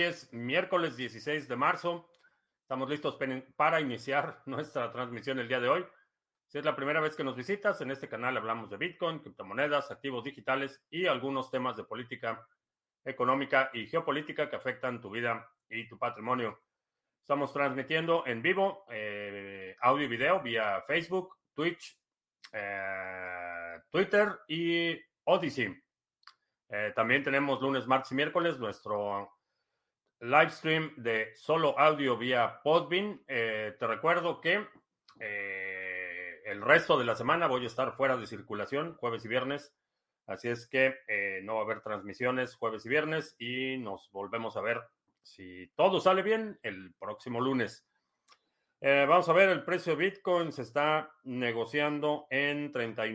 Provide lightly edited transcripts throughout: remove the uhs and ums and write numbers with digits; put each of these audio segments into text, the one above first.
es miércoles 16 de marzo. Estamos listos para iniciar nuestra transmisión el día de hoy. Si es la primera vez que nos visitas, en este canal hablamos de Bitcoin, criptomonedas, activos digitales y algunos temas de política económica y geopolítica que afectan tu vida y tu patrimonio. Estamos transmitiendo en vivo audio y video vía Facebook, Twitch, Twitter y Odyssey. También tenemos lunes, martes y miércoles nuestro live stream de solo audio vía Podbean. Te recuerdo que el resto de la semana voy a estar fuera de circulación, jueves y viernes. Así es que no va a haber transmisiones jueves y viernes y nos volvemos a ver, si todo sale bien, el próximo lunes. Vamos a ver, el precio de Bitcoin se está negociando en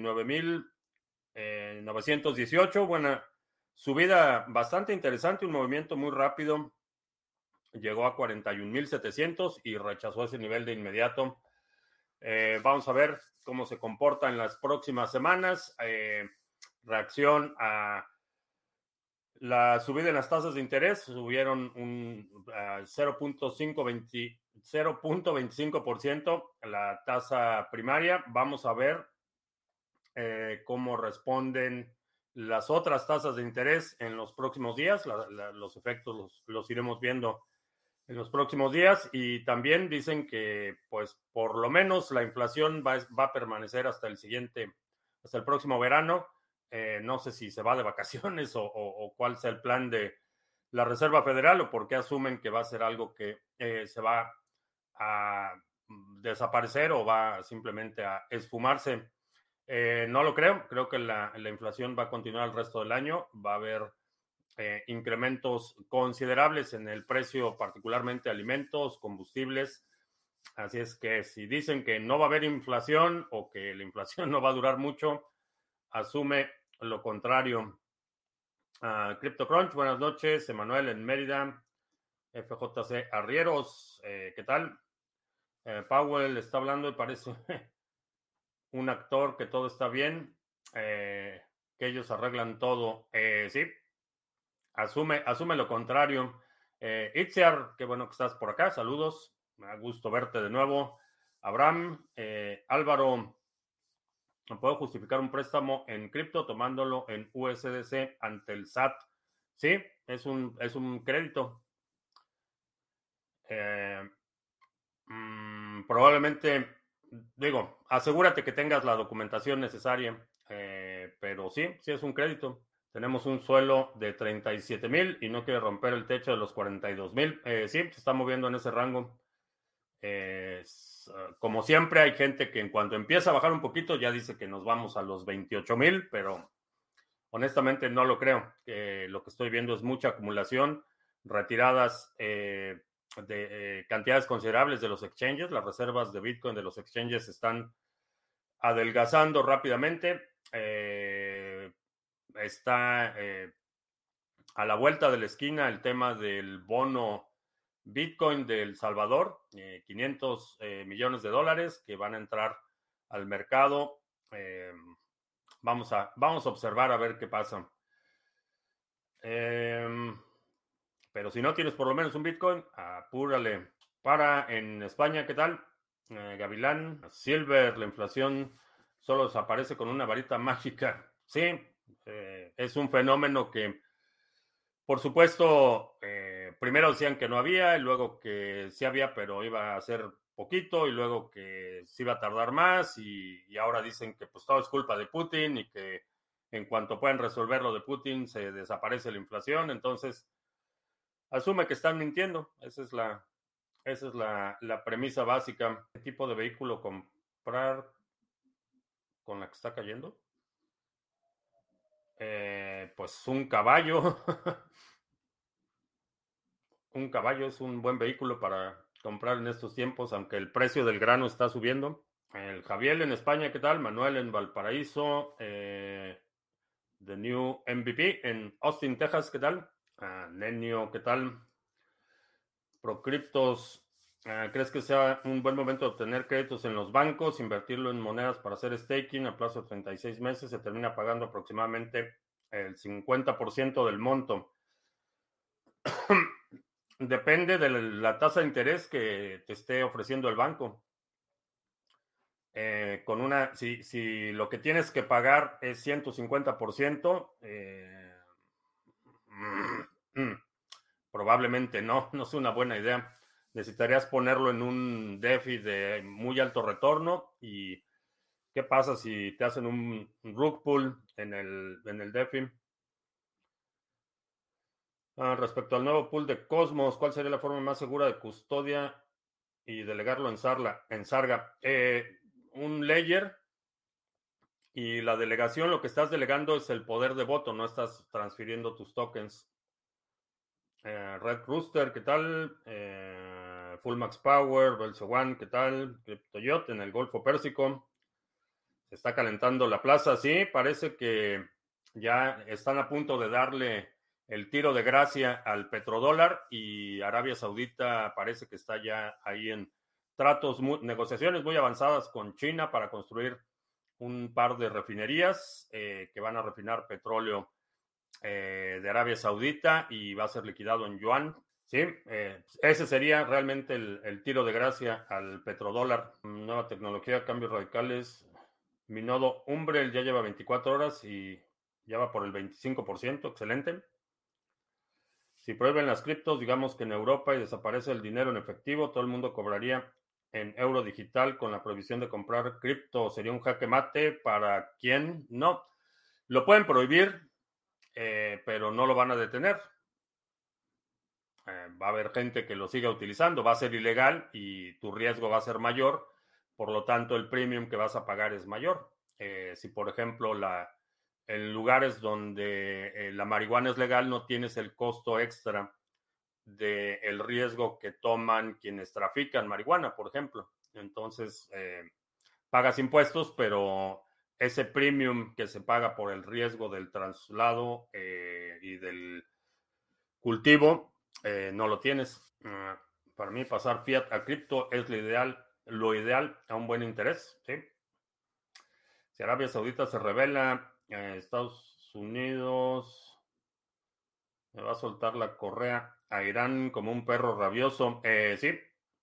39,918. Buena subida, bastante interesante, un movimiento muy rápido. Llegó a 41,700 y rechazó ese nivel de inmediato. Vamos a ver cómo se comporta en las próximas semanas. Reacción a la subida en las tasas de interés. Subieron un 0.25% la tasa primaria. Vamos a ver cómo responden las otras tasas de interés en los próximos días. Los efectos los iremos viendo en los próximos días, y también dicen que pues por lo menos la inflación va a permanecer hasta el próximo verano. No sé si se va de vacaciones o cuál sea el plan de la Reserva Federal, o por qué asumen que va a ser algo que se va a desaparecer o va simplemente a esfumarse. No lo creo. Creo que la inflación va a continuar el resto del año. Va a haber incrementos considerables en el precio, particularmente alimentos, combustibles. Así es que si dicen que no va a haber inflación o que la inflación no va a durar mucho, asume lo contrario. CryptoCrunch, buenas noches. Emanuel en Mérida. FJC Arrieros, ¿qué tal? Powell está hablando y parece un actor, que todo está bien, que ellos arreglan todo. Sí, asume lo contrario. Itziar, qué bueno que estás por acá. Saludos. Me da gusto verte de nuevo. Abraham, Álvaro, ¿puedo justificar un préstamo en cripto tomándolo en USDC ante el SAT? Sí, es un crédito. Probablemente, digo, asegúrate que tengas la documentación necesaria, pero sí es un crédito. Tenemos un suelo de 37,000 y no quiere romper el techo de los 42,000. Sí, se está moviendo en ese rango. Como siempre, hay gente que en cuanto empieza a bajar un poquito ya dice que nos vamos a los 28,000, pero honestamente no lo creo. Lo que estoy viendo es mucha acumulación, retiradas de cantidades considerables de los exchanges. Las reservas de Bitcoin de los exchanges están adelgazando rápidamente. Está a la vuelta de la esquina el tema del bono Bitcoin de El Salvador, 500 millones de dólares que van a entrar al mercado. Vamos a observar a ver qué pasa. Pero si no tienes por lo menos un Bitcoin, apúrale. En España, ¿qué tal? Gavilán, Silver, la inflación solo desaparece con una varita mágica. Sí, es un fenómeno que, por supuesto, primero decían que no había, y luego que sí había, pero iba a ser poquito, y luego que sí iba a tardar más, y ahora dicen que pues todo es culpa de Putin y que en cuanto puedan resolver lo de Putin se desaparece la inflación. Entonces asume que están mintiendo. Esa es la premisa básica. ¿Qué tipo de vehículo comprar con la que está cayendo? Pues un caballo. Un caballo es un buen vehículo para comprar en estos tiempos, aunque el precio del grano está subiendo. El Javier en España, ¿qué tal? Manuel en Valparaíso. The New MVP en Austin, Texas, ¿qué tal? Nenio, ¿qué tal? Procriptos, ¿crees que sea un buen momento de obtener créditos en los bancos, invertirlo en monedas para hacer staking a plazo de 36 meses? Se termina pagando aproximadamente el 50% del monto. Depende de la tasa de interés que te esté ofreciendo el banco. Si lo que tienes que pagar es 150%, mm, probablemente no es una buena idea. Necesitarías ponerlo en un DeFi de muy alto retorno. ¿Y qué pasa si te hacen un rug pull en el DeFi? Respecto al nuevo pool de Cosmos, ¿cuál sería la forma más segura de custodia y delegarlo en Sarga? Un layer, y la delegación, lo que estás delegando es el poder de voto, no estás transfiriendo tus tokens. Red Rooster, ¿qué tal? Full Max Power, Belso One, ¿qué tal? CryptoYot en el Golfo Pérsico. Se está calentando la plaza, sí, parece que ya están a punto de darle el tiro de gracia al petrodólar, y Arabia Saudita parece que está ya ahí en negociaciones muy avanzadas con China para construir un par de refinerías que van a refinar petróleo de Arabia Saudita, y va a ser liquidado en yuan. Sí, ese sería realmente el tiro de gracia al petrodólar. Nueva tecnología, cambios radicales. Mi nodo Umbrel ya lleva 24 horas y ya va por el 25%. Excelente. Si prohíben las criptos, digamos que en Europa, y desaparece el dinero en efectivo, todo el mundo cobraría en euro digital con la prohibición de comprar cripto. ¿Sería un jaque mate para quién? No. Lo pueden prohibir, pero no lo van a detener. Va a haber gente que lo siga utilizando, va a ser ilegal y tu riesgo va a ser mayor, por lo tanto el premium que vas a pagar es mayor. Si por ejemplo en lugares donde la marihuana es legal, no tienes el costo extra del riesgo que toman quienes trafican marihuana, por ejemplo. Entonces, pagas impuestos, pero ese premium que se paga por el riesgo del traslado y del cultivo, no lo tienes. Para mí, pasar fiat a cripto es lo ideal a un buen interés. ¿Sí? Si Arabia Saudita se revela, Estados Unidos me va a soltar la correa a Irán como un perro rabioso. Sí,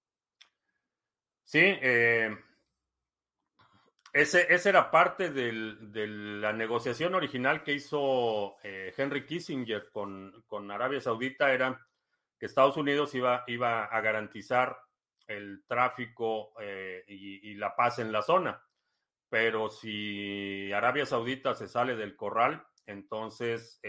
sí. Ese era parte de la negociación original que hizo Henry Kissinger con Arabia Saudita. Era que Estados Unidos iba a garantizar el tráfico y la paz en la zona. Pero si Arabia Saudita se sale del corral, entonces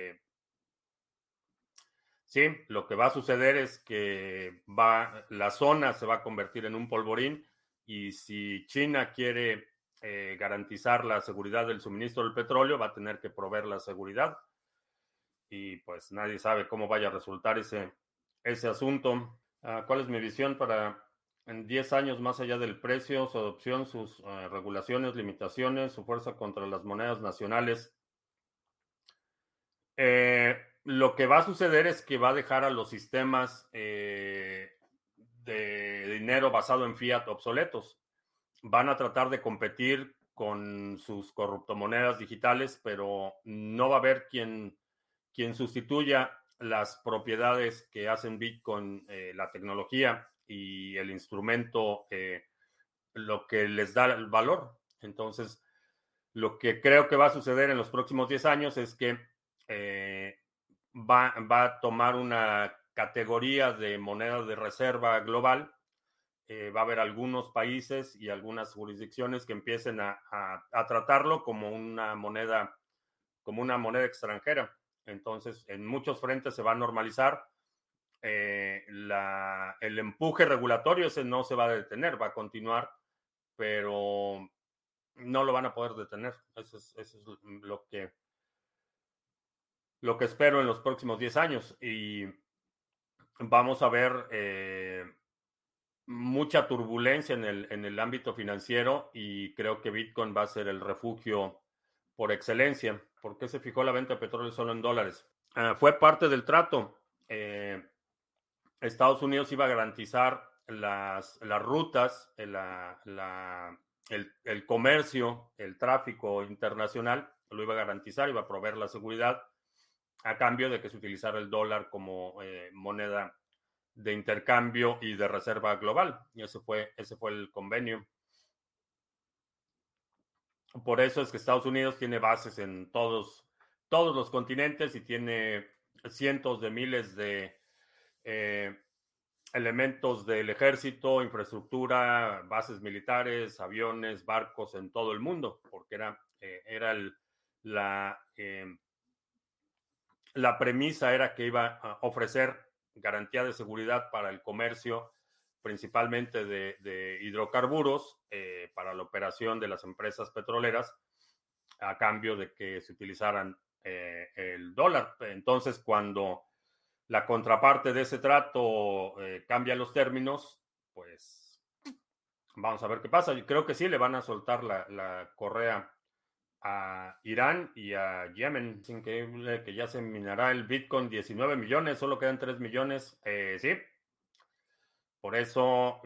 sí, lo que va a suceder es que la zona se va a convertir en un polvorín, y si China quiere garantizar la seguridad del suministro del petróleo, va a tener que proveer la seguridad, y pues nadie sabe cómo vaya a resultar ese asunto. ¿Cuál es mi visión para en 10 años, más allá del precio, su adopción, sus regulaciones, limitaciones, su fuerza contra las monedas nacionales? Lo que va a suceder es que va a dejar a los sistemas de dinero basado en fiat obsoletos. Van a tratar de competir con sus corruptomonedas digitales, pero no va a haber quien sustituya las propiedades que hacen Bitcoin, la tecnología y el instrumento, lo que les da el valor. Entonces, lo que creo que va a suceder en los próximos 10 años es que eh, va a tomar una categoría de moneda de reserva global. Va a haber algunos países y algunas jurisdicciones que empiecen a tratarlo como una moneda extranjera. Entonces, en muchos frentes se va a normalizar. El empuje regulatorio ese no se va a detener, va a continuar, pero no lo van a poder detener. Eso es lo que espero en los próximos 10 años. Y vamos a ver mucha turbulencia en el ámbito financiero, y creo que Bitcoin va a ser el refugio por excelencia. ¿Por qué se fijó la venta de petróleo solo en dólares? Fue parte del trato. Estados Unidos iba a garantizar las rutas, el comercio, el tráfico internacional, lo iba a garantizar, iba a proveer la seguridad a cambio de que se utilizara el dólar como moneda de intercambio y de reserva global. Y ese fue el convenio. Por eso es que Estados Unidos tiene bases en todos los continentes y tiene cientos de miles de eh, elementos del ejército, infraestructura, bases militares, aviones, barcos en todo el mundo, porque era la premisa era que iba a ofrecer garantía de seguridad para el comercio, principalmente de hidrocarburos, para la operación de las empresas petroleras, a cambio de que se utilizaran el dólar. Entonces, cuando la contraparte de ese trato cambia los términos, pues vamos a ver qué pasa. Yo creo que sí le van a soltar la correa a Irán y a Yemen. Es increíble que ya se minará el Bitcoin 19 millones, solo quedan 3 millones. Sí, por eso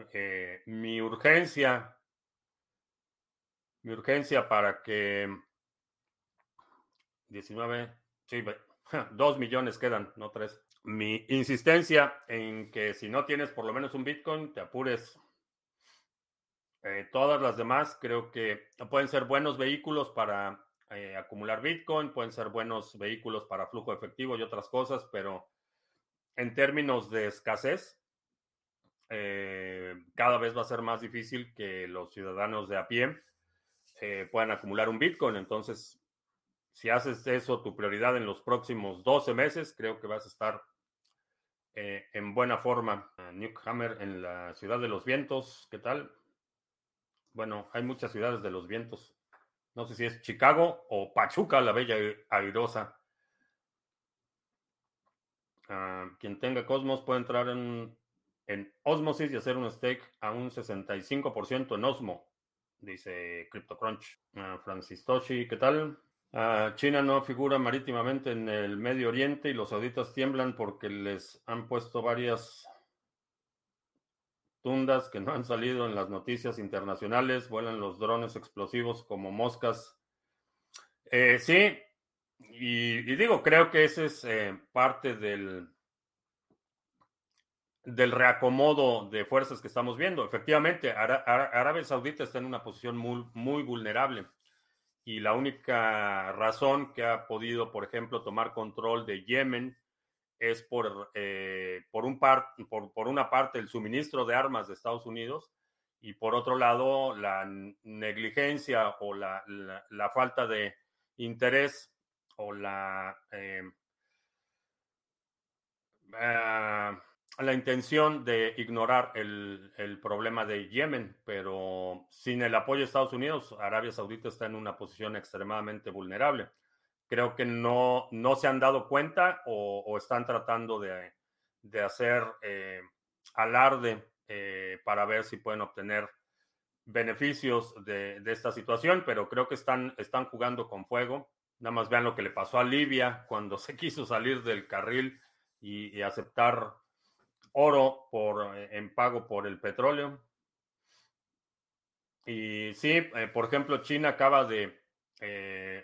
mi urgencia para que 19, sí, 2 millones quedan, no 3. Mi insistencia en que si no tienes por lo menos un Bitcoin, te apures. Todas las demás creo que pueden ser buenos vehículos para acumular Bitcoin, pueden ser buenos vehículos para flujo efectivo y otras cosas, pero en términos de escasez, cada vez va a ser más difícil que los ciudadanos de a pie puedan acumular un Bitcoin. Entonces, si haces eso tu prioridad en los próximos 12 meses, creo que vas a estar en buena forma. Newhammer en la ciudad de los vientos, ¿qué tal? Bueno, hay muchas ciudades de los vientos. No sé si es Chicago o Pachuca, la bella airosa. Quien tenga Cosmos puede entrar en Osmosis y hacer un stake a un 65% en Osmo, dice CryptoCrunch. Francis Toshi, ¿qué tal? China no figura marítimamente en el Medio Oriente y los sauditas tiemblan porque les han puesto varias tundas que no han salido en las noticias internacionales. Vuelan los drones explosivos como moscas. Sí, y digo, creo que ese es parte del reacomodo de fuerzas que estamos viendo. Efectivamente, Arabia Saudita está en una posición muy, muy vulnerable y la única razón que ha podido, por ejemplo, tomar control de Yemen es por una parte el suministro de armas de Estados Unidos y por otro lado la negligencia o la falta de interés o la intención de ignorar el problema de Yemen, pero sin el apoyo de Estados Unidos, Arabia Saudita está en una posición extremadamente vulnerable. Creo que no se han dado cuenta o están tratando de hacer alarde para ver si pueden obtener beneficios de esta situación, pero creo que están jugando con fuego. Nada más vean lo que le pasó a Libia cuando se quiso salir del carril y aceptar oro en pago por el petróleo. Y sí, por ejemplo, China acaba eh,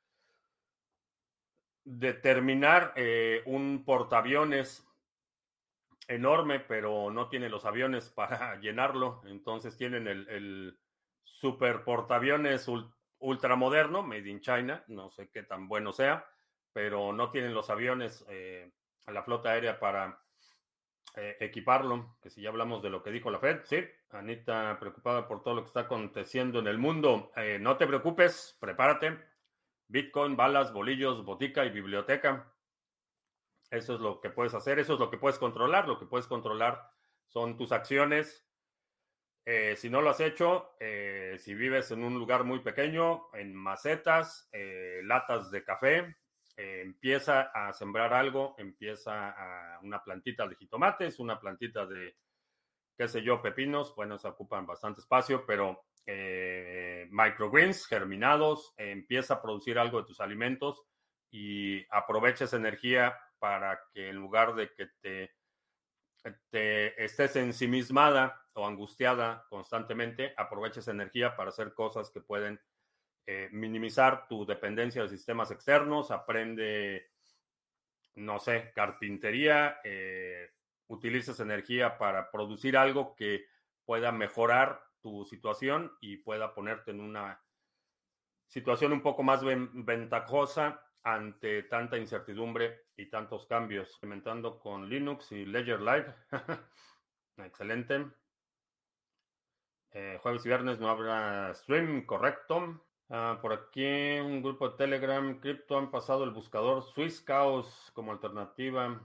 de terminar un portaaviones enorme, pero no tiene los aviones para llenarlo. Entonces tienen el super portaaviones ultramoderno, made in China, no sé qué tan bueno sea, pero no tienen los aviones a la flota aérea para equiparlo, que si ya hablamos de lo que dijo la Fed, sí, Anita preocupada por todo lo que está aconteciendo en el mundo, no te preocupes, prepárate, Bitcoin, balas, bolillos, botica y biblioteca, eso es lo que puedes hacer, eso es lo que puedes controlar, lo que puedes controlar son tus acciones, si no lo has hecho, si vives en un lugar muy pequeño, en macetas, latas de café, empieza a sembrar algo, empieza a una plantita de jitomates, una plantita de, qué sé yo, pepinos, bueno, se ocupan bastante espacio, pero microgreens, germinados, empieza a producir algo de tus alimentos y aprovecha esa energía para que en lugar de que te estés ensimismada o angustiada constantemente, aproveches energía para hacer cosas que pueden minimizar tu dependencia de sistemas externos, aprende, no sé, carpintería, utilices energía para producir algo que pueda mejorar tu situación y pueda ponerte en una situación un poco más ventajosa ante tanta incertidumbre y tantos cambios. Implementando con Linux y Ledger Live. Excelente. Jueves y viernes no habrá stream, correcto. Por aquí un grupo de Telegram, Crypto, han pasado el buscador Swiss Chaos como alternativa.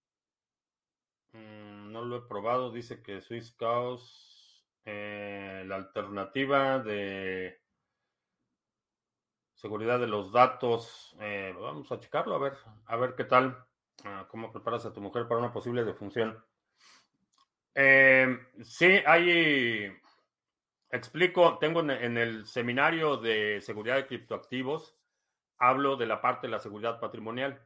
No lo he probado, dice que Swiss Chaos, la alternativa de seguridad de los datos. Vamos a checarlo, a ver qué tal. ¿Cómo preparas a tu mujer para una posible defunción? Sí, hay, explico, tengo en el seminario de seguridad de criptoactivos, hablo de la parte de la seguridad patrimonial.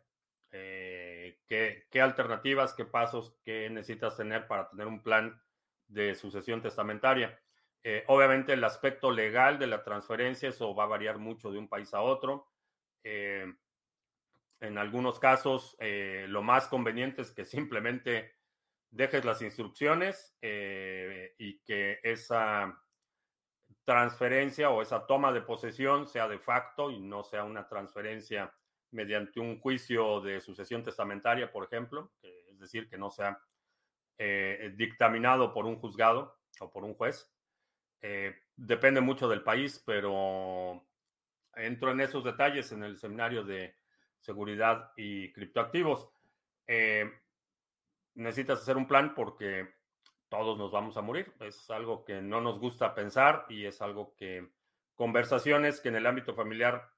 ¿Qué alternativas, qué pasos, qué necesitas tener para tener un plan de sucesión testamentaria? Obviamente el aspecto legal de la transferencia, eso va a variar mucho de un país a otro. Eh, en algunos casos, lo más conveniente es que simplemente dejes las instrucciones y que esa transferencia o esa toma de posesión sea de facto y no sea una transferencia mediante un juicio de sucesión testamentaria, por ejemplo, es decir, que no sea dictaminado por un juzgado o por un juez. Depende mucho del país, pero entro en esos detalles en el seminario de seguridad y criptoactivos. Eh, Necesitas hacer un plan porque todos nos vamos a morir. Es algo que no nos gusta pensar y es algo que conversaciones que en el ámbito familiar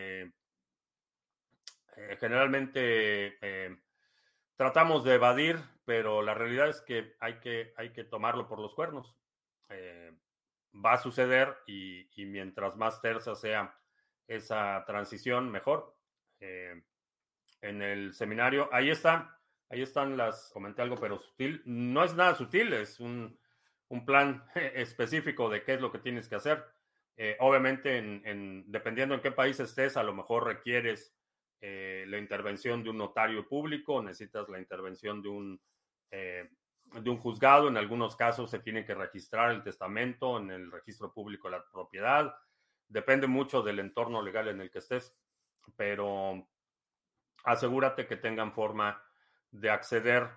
generalmente tratamos de evadir, pero la realidad es que hay que tomarlo por los cuernos. Eh, Va a suceder y mientras más tersa sea esa transición, mejor. Eh, en el seminario, ahí están las, comenté algo, pero sutil. No es nada sutil, es un plan específico de qué es lo que tienes que hacer. Obviamente, dependiendo en qué país estés, a lo mejor requieres la intervención de un notario público, necesitas la intervención de un juzgado. En algunos casos se tiene que registrar el testamento en el registro público de la propiedad. Depende mucho del entorno legal en el que estés, pero asegúrate que tengan forma de acceder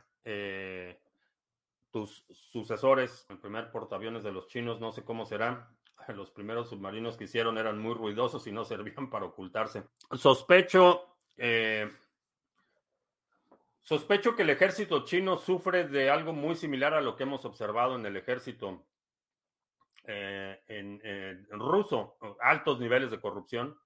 tus sucesores. El primer portaaviones de los chinos, no sé cómo será. Los primeros submarinos que hicieron eran muy ruidosos y no servían para ocultarse. Sospecho que el ejército chino sufre de algo muy similar a lo que hemos observado en el ejército en ruso, altos niveles de corrupción,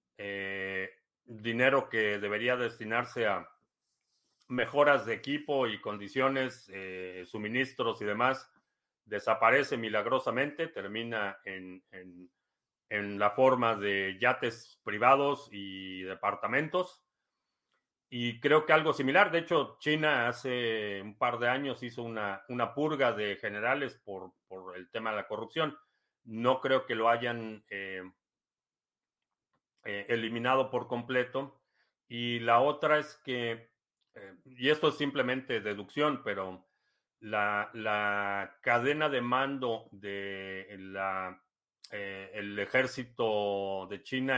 dinero que debería destinarse a mejoras de equipo y condiciones, suministros y demás, desaparece milagrosamente, termina en la forma de yates privados y departamentos. Y creo que algo similar, de hecho, China hace un par de años hizo una purga de generales por el tema de la corrupción. No creo que lo hayan eliminado por completo. Y la otra es que, y esto es simplemente deducción, pero la cadena de mando de el ejército de China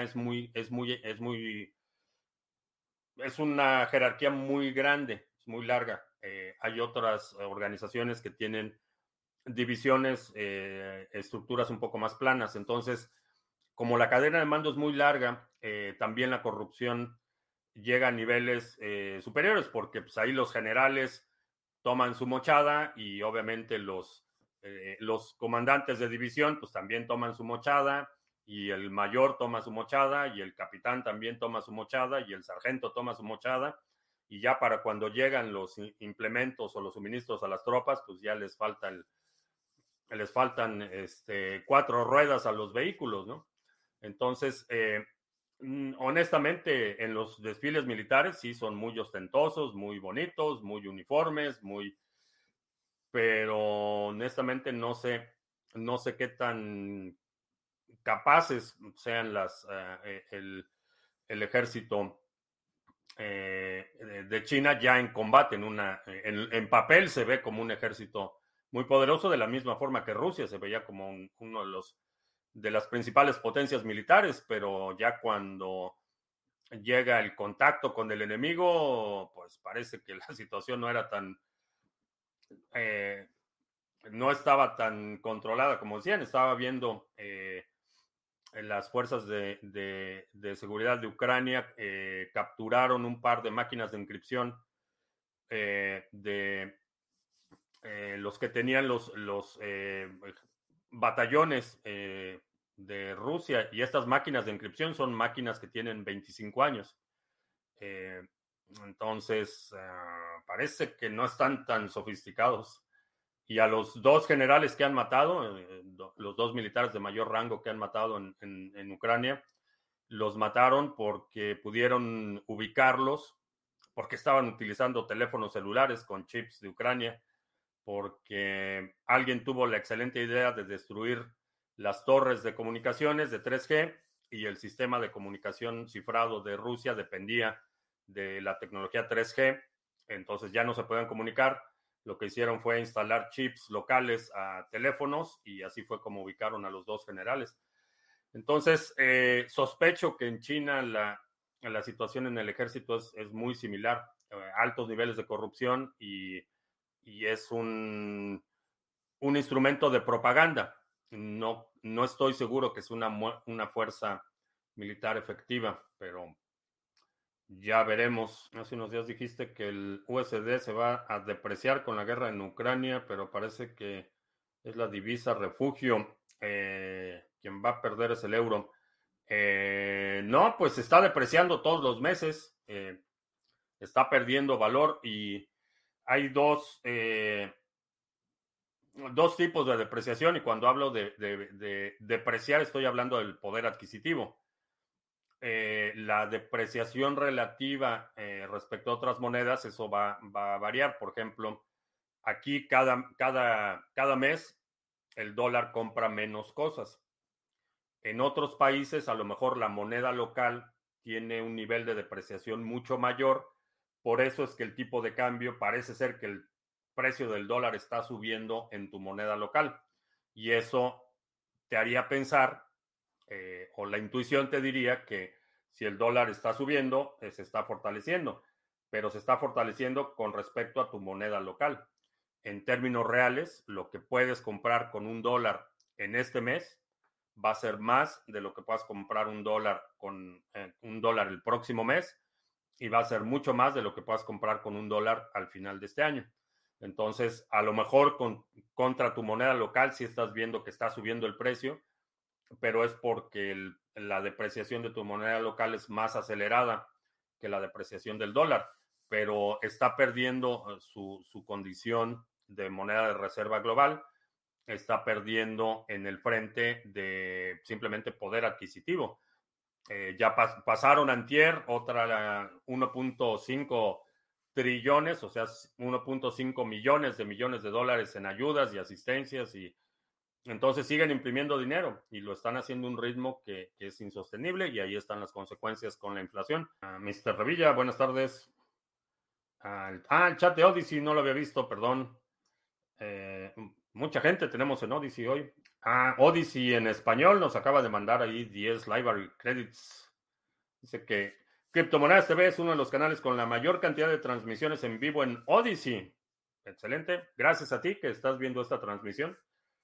es una jerarquía muy grande, es muy larga. Hay otras organizaciones que tienen divisiones, estructuras un poco más planas. Entonces, como la cadena de mando es muy larga, también la corrupción llega a niveles superiores, porque pues, ahí los generales toman su mochada y obviamente los comandantes de división pues también toman su mochada y el mayor toma su mochada y el capitán también toma su mochada y el sargento toma su mochada y ya para cuando llegan los implementos o los suministros a las tropas pues ya les faltan cuatro ruedas a los vehículos, ¿no? Entonces, honestamente, en los desfiles militares sí son muy ostentosos, muy bonitos, muy uniformes, pero honestamente no sé qué tan capaces sean el ejército de China ya en combate. En papel se ve como un ejército muy poderoso, de la misma forma que Rusia se veía como uno de las principales potencias militares, pero ya cuando llega el contacto con el enemigo, pues parece que la situación eh, no estaba tan controlada como decían. Estaba viendo las fuerzas de seguridad de Ucrania capturaron un par de máquinas de encripción de los que tenían los batallones de Rusia, y estas máquinas de encripción son máquinas que tienen 25 años. Eh, entonces, parece que no están tan sofisticados. Y a los dos generales que han matado, los dos militares de mayor rango que han matado en Ucrania, los mataron porque pudieron ubicarlos, porque estaban utilizando teléfonos celulares con chips de Ucrania, porque alguien tuvo la excelente idea de destruir las torres de comunicaciones de 3G, y el sistema de comunicación cifrado de Rusia dependía de la tecnología 3G, entonces ya no se podían comunicar. Lo que hicieron fue instalar chips locales a teléfonos, y así fue como ubicaron a los dos generales. Entonces, sospecho que en China la situación en el ejército es muy similar. Altos niveles de corrupción, y es un instrumento de propaganda. No estoy seguro que es una fuerza militar efectiva, pero ya veremos. Hace unos días dijiste que el USD se va a depreciar con la guerra en Ucrania, pero parece que es la divisa refugio. Quien va a perder es el euro. No, pues se está depreciando todos los meses. Está perdiendo valor, y hay dos tipos de depreciación, y cuando hablo de depreciar estoy hablando del poder adquisitivo. La depreciación relativa respecto a otras monedas, eso va a variar. Por ejemplo, aquí cada mes el dólar compra menos cosas. En otros países, a lo mejor la moneda local tiene un nivel de depreciación mucho mayor. Por eso es que el tipo de cambio parece ser que el precio del dólar está subiendo en tu moneda local. Y eso te haría pensar, o la intuición te diría, que si el dólar está subiendo, se está fortaleciendo, pero se está fortaleciendo con respecto a tu moneda local. En términos reales, lo que puedes comprar con un dólar en este mes va a ser más de lo que puedas comprar un dólar el próximo mes, y va a ser mucho más de lo que puedas comprar con un dólar al final de este año. Entonces, a lo mejor contra tu moneda local sí estás viendo que está subiendo el precio, pero es porque la depreciación de tu moneda local es más acelerada que la depreciación del dólar, pero está perdiendo su condición de moneda de reserva global, está perdiendo en el frente de simplemente poder adquisitivo. Ya pasaron antier otra 1.5 trillones, o sea, 1.5 millones de dólares en ayudas y asistencias, y entonces siguen imprimiendo dinero, y lo están haciendo a un ritmo que es insostenible, y ahí están las consecuencias con la inflación. Mr. Revilla, buenas tardes. El chat de Odyssey no lo había visto, perdón. Mucha gente tenemos en Odyssey hoy. Odyssey en español nos acaba de mandar ahí 10 library credits. Dice que Criptomonedas TV es uno de los canales con la mayor cantidad de transmisiones en vivo en Odyssey. Excelente. Gracias a ti que estás viendo esta transmisión.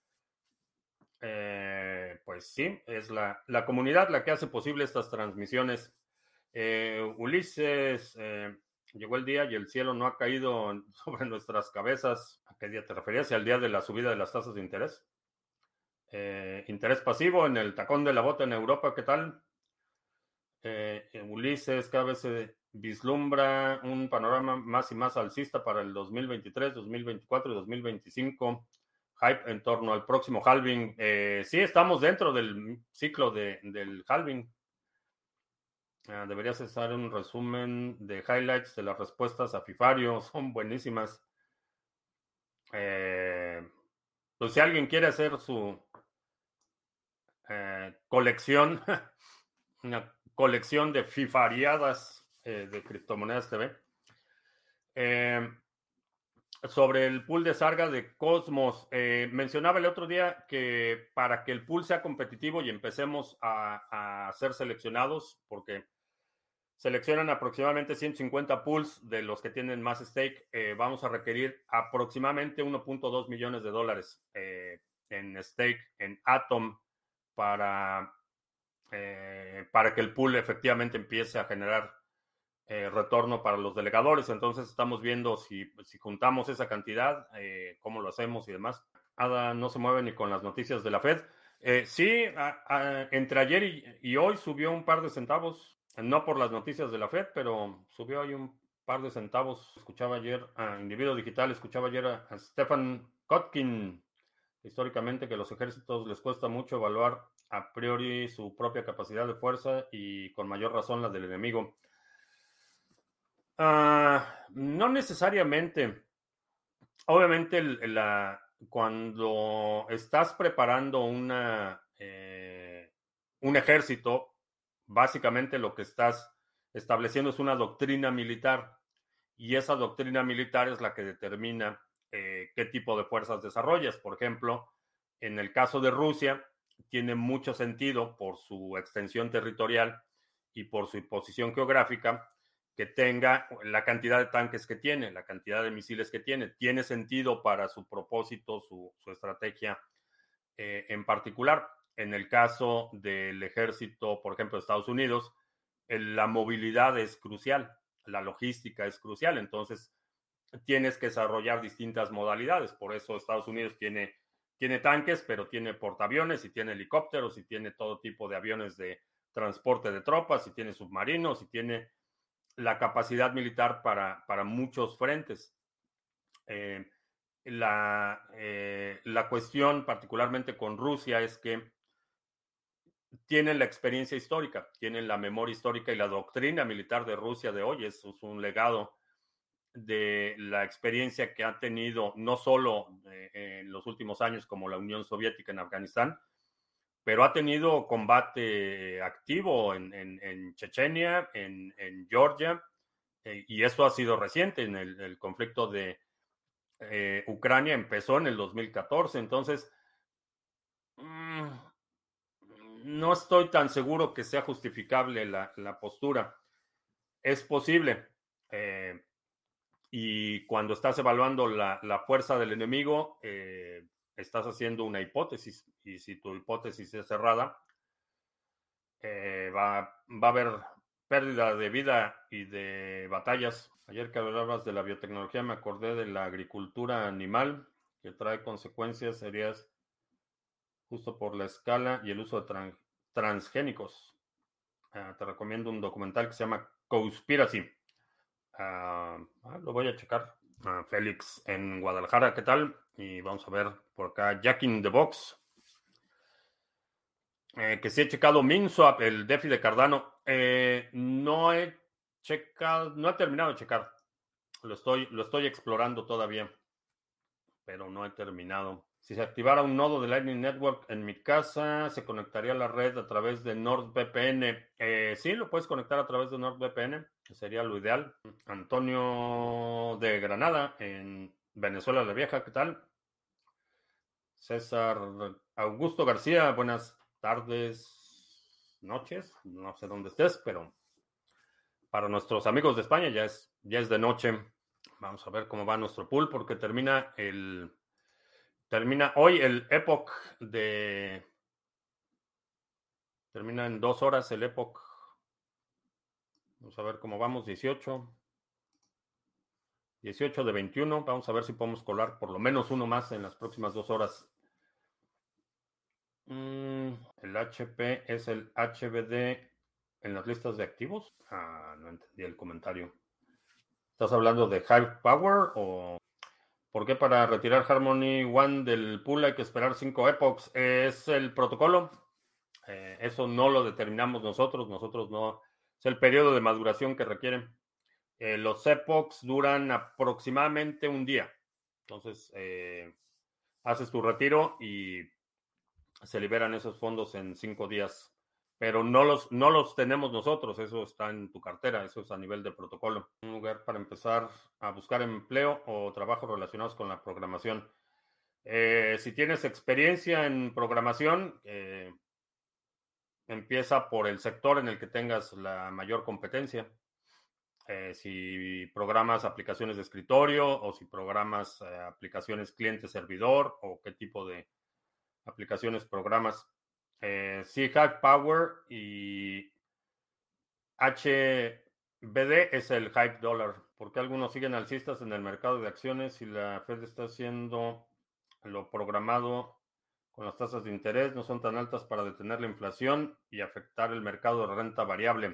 Pues sí, es la comunidad la que hace posible estas transmisiones. Ulises, llegó el día y el cielo no ha caído sobre nuestras cabezas. ¿A qué día te referías? ¿Al día de la subida de las tasas de interés? Interés pasivo en el tacón de la bota en Europa, ¿qué tal? Ulises, cada vez se vislumbra un panorama más y más alcista para el 2023, 2024 y 2025. Hype en torno al próximo halving. Sí, estamos dentro del ciclo del halving. Deberías hacer un resumen de highlights de las respuestas a Fifario. Son buenísimas. Pues si alguien quiere hacer su colección, una colección de fifariadas, de Criptomonedas TV. Sobre el pool de Sarga de Cosmos, mencionaba el otro día que para que el pool sea competitivo y empecemos a ser seleccionados, porque seleccionan aproximadamente 150 pools de los que tienen más stake, vamos a requerir aproximadamente 1.2 millones de dólares en stake, en Atom, para que el pool efectivamente empiece a generar retorno para los delegadores. Entonces estamos viendo si juntamos esa cantidad, cómo lo hacemos y demás. ADA no se mueve ni con las noticias de la Fed. Sí, entre ayer y hoy subió un par de centavos, no por las noticias de la Fed, pero subió ahí un par de centavos. Escuchaba ayer a Individuo Digital, escuchaba ayer a Stefan Kotkin, históricamente que a los ejércitos les cuesta mucho evaluar a priori su propia capacidad de fuerza y con mayor razón la del enemigo. No necesariamente. Obviamente, cuando estás preparando un ejército, básicamente lo que estás estableciendo es una doctrina militar y esa doctrina militar es la que determina qué tipo de fuerzas desarrollas. Por ejemplo, en el caso de Rusia, tiene mucho sentido por su extensión territorial y por su posición geográfica que tenga la cantidad de tanques que tiene, la cantidad de misiles que tiene. Tiene sentido para su propósito, su estrategia en particular. En el caso del ejército, por ejemplo, de Estados Unidos, la movilidad es crucial, la logística es crucial. Entonces, tienes que desarrollar distintas modalidades. Por eso Estados Unidos tiene tanques, pero tiene portaaviones y tiene helicópteros y tiene todo tipo de aviones de transporte de tropas y tiene submarinos y tiene la capacidad militar para muchos frentes. La cuestión, particularmente con Rusia, es que tienen la experiencia histórica, tienen la memoria histórica y la doctrina militar de Rusia de hoy. Es un legado de la experiencia que ha tenido no solo en los últimos años como la Unión Soviética en Afganistán, pero ha tenido combate activo en Chechenia, en Georgia, y eso ha sido reciente. En el conflicto de Ucrania empezó en el 2014. Entonces, no estoy tan seguro que sea justificable la postura. Es posible. Y cuando estás evaluando la fuerza del enemigo, estás haciendo una hipótesis. Y si tu hipótesis es cerrada, va a haber pérdida de vida y de batallas. Ayer que hablabas de la biotecnología, me acordé de la agricultura animal, que trae consecuencias serias justo por la escala y el uso de transgénicos. Te recomiendo un documental que se llama Cowspiracy. Lo voy a checar. Félix en Guadalajara, ¿qué tal? Y vamos a ver por acá Jack in the Box. Que sí he checado MinSwap, el DeFi de Cardano. No he checado, no he terminado de checar. Lo estoy explorando todavía, pero no he terminado. Si se activara un nodo de Lightning Network en mi casa, se conectaría a la red a través de NordVPN. Sí, lo puedes conectar a través de NordVPN, que sería lo ideal. Antonio de Granada, en Venezuela la Vieja, ¿qué tal? César Augusto García, buenas tardes, noches, no sé dónde estés, pero para nuestros amigos de España ya es de noche. Vamos a ver cómo va nuestro pool porque termina hoy el Epoch termina en 2 horas el Epoch. Vamos a ver cómo vamos, 18 de 21. Vamos a ver si podemos colar por lo menos uno más en las próximas 2 horas. El HP es el HBD en las listas de activos. No entendí el comentario. ¿Estás hablando de Hive Power o por qué para retirar Harmony One del pool hay que esperar 5 epochs? Es el protocolo. Eso no lo determinamos nosotros. Nosotros no. Es el periodo de maduración que requieren. Los epochs duran aproximadamente un día. Entonces, haces tu retiro y se liberan esos fondos en 5 días pero no los tenemos nosotros, eso está en tu cartera, eso es a nivel de protocolo. Un lugar para empezar a buscar empleo o trabajos relacionados con la programación. Si tienes experiencia en programación, empieza por el sector en el que tengas la mayor competencia. Si programas aplicaciones de escritorio o si programas aplicaciones cliente-servidor o qué tipo de aplicaciones programas. Sí, Hype Power y HBD es el Hype Dollar. Porque algunos siguen alcistas en el mercado de acciones y la Fed está haciendo lo programado con las tasas de interés, no son tan altas para detener la inflación y afectar el mercado de renta variable?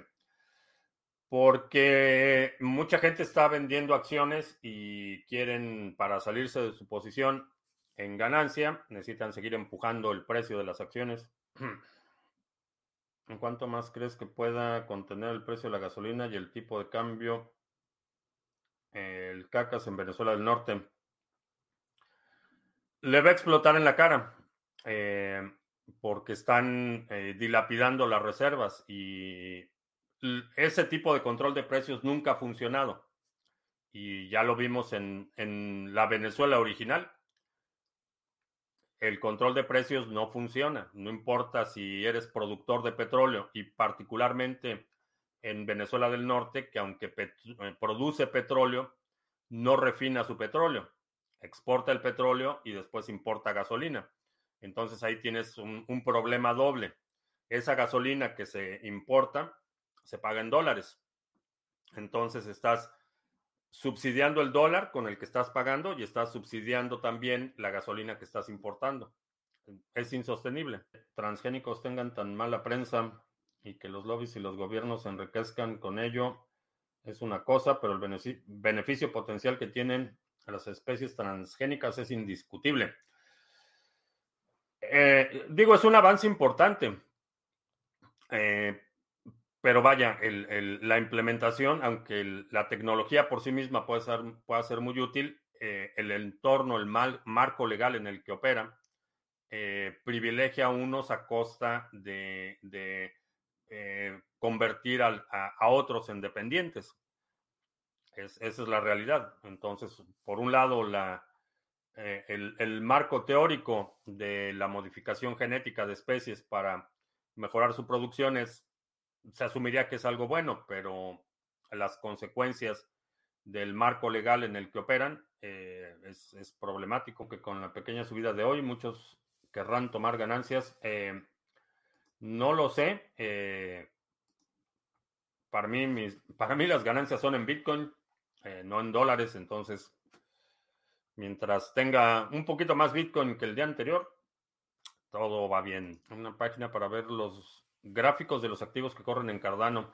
Porque mucha gente está vendiendo acciones y quieren, para salirse de su posición en ganancia, necesitan seguir empujando el precio de las acciones. ¿En cuánto más crees que pueda contener el precio de la gasolina y el tipo de cambio el cacas en Venezuela del Norte? Le va a explotar en la cara eh, porque están dilapidando las reservas y ese tipo de control de precios nunca ha funcionado. Y ya lo vimos en la Venezuela original. El control de precios no funciona. No importa si eres productor de petróleo y particularmente en Venezuela del Norte, que aunque produce petróleo, no refina su petróleo. Exporta el petróleo y después importa gasolina. Entonces ahí tienes un problema doble. Esa gasolina que se importa se paga en dólares. Entonces estás subsidiando el dólar con el que estás pagando y estás subsidiando también la gasolina que estás importando. Es insostenible. Transgénicos tengan tan mala prensa y que los lobbies y los gobiernos se enriquezcan con ello es una cosa, pero el beneficio potencial que tienen las especies transgénicas es indiscutible. Digo, es un avance importante, eh, pero vaya, la implementación, aunque la tecnología por sí misma pueda ser muy útil, el entorno, el marco legal en el que opera, privilegia a unos a costa de convertir a otros en dependientes. Esa es la realidad. Entonces, por un lado, el marco teórico de la modificación genética de especies para mejorar su producción se asumiría que es algo bueno, pero las consecuencias del marco legal en el que operan es problemático, que con la pequeña subida de hoy muchos querrán tomar ganancias. No lo sé. Para mí las ganancias son en Bitcoin, no en dólares. Entonces, mientras tenga un poquito más Bitcoin que el día anterior, todo va bien. Una página para ver los gráficos de los activos que corren en Cardano.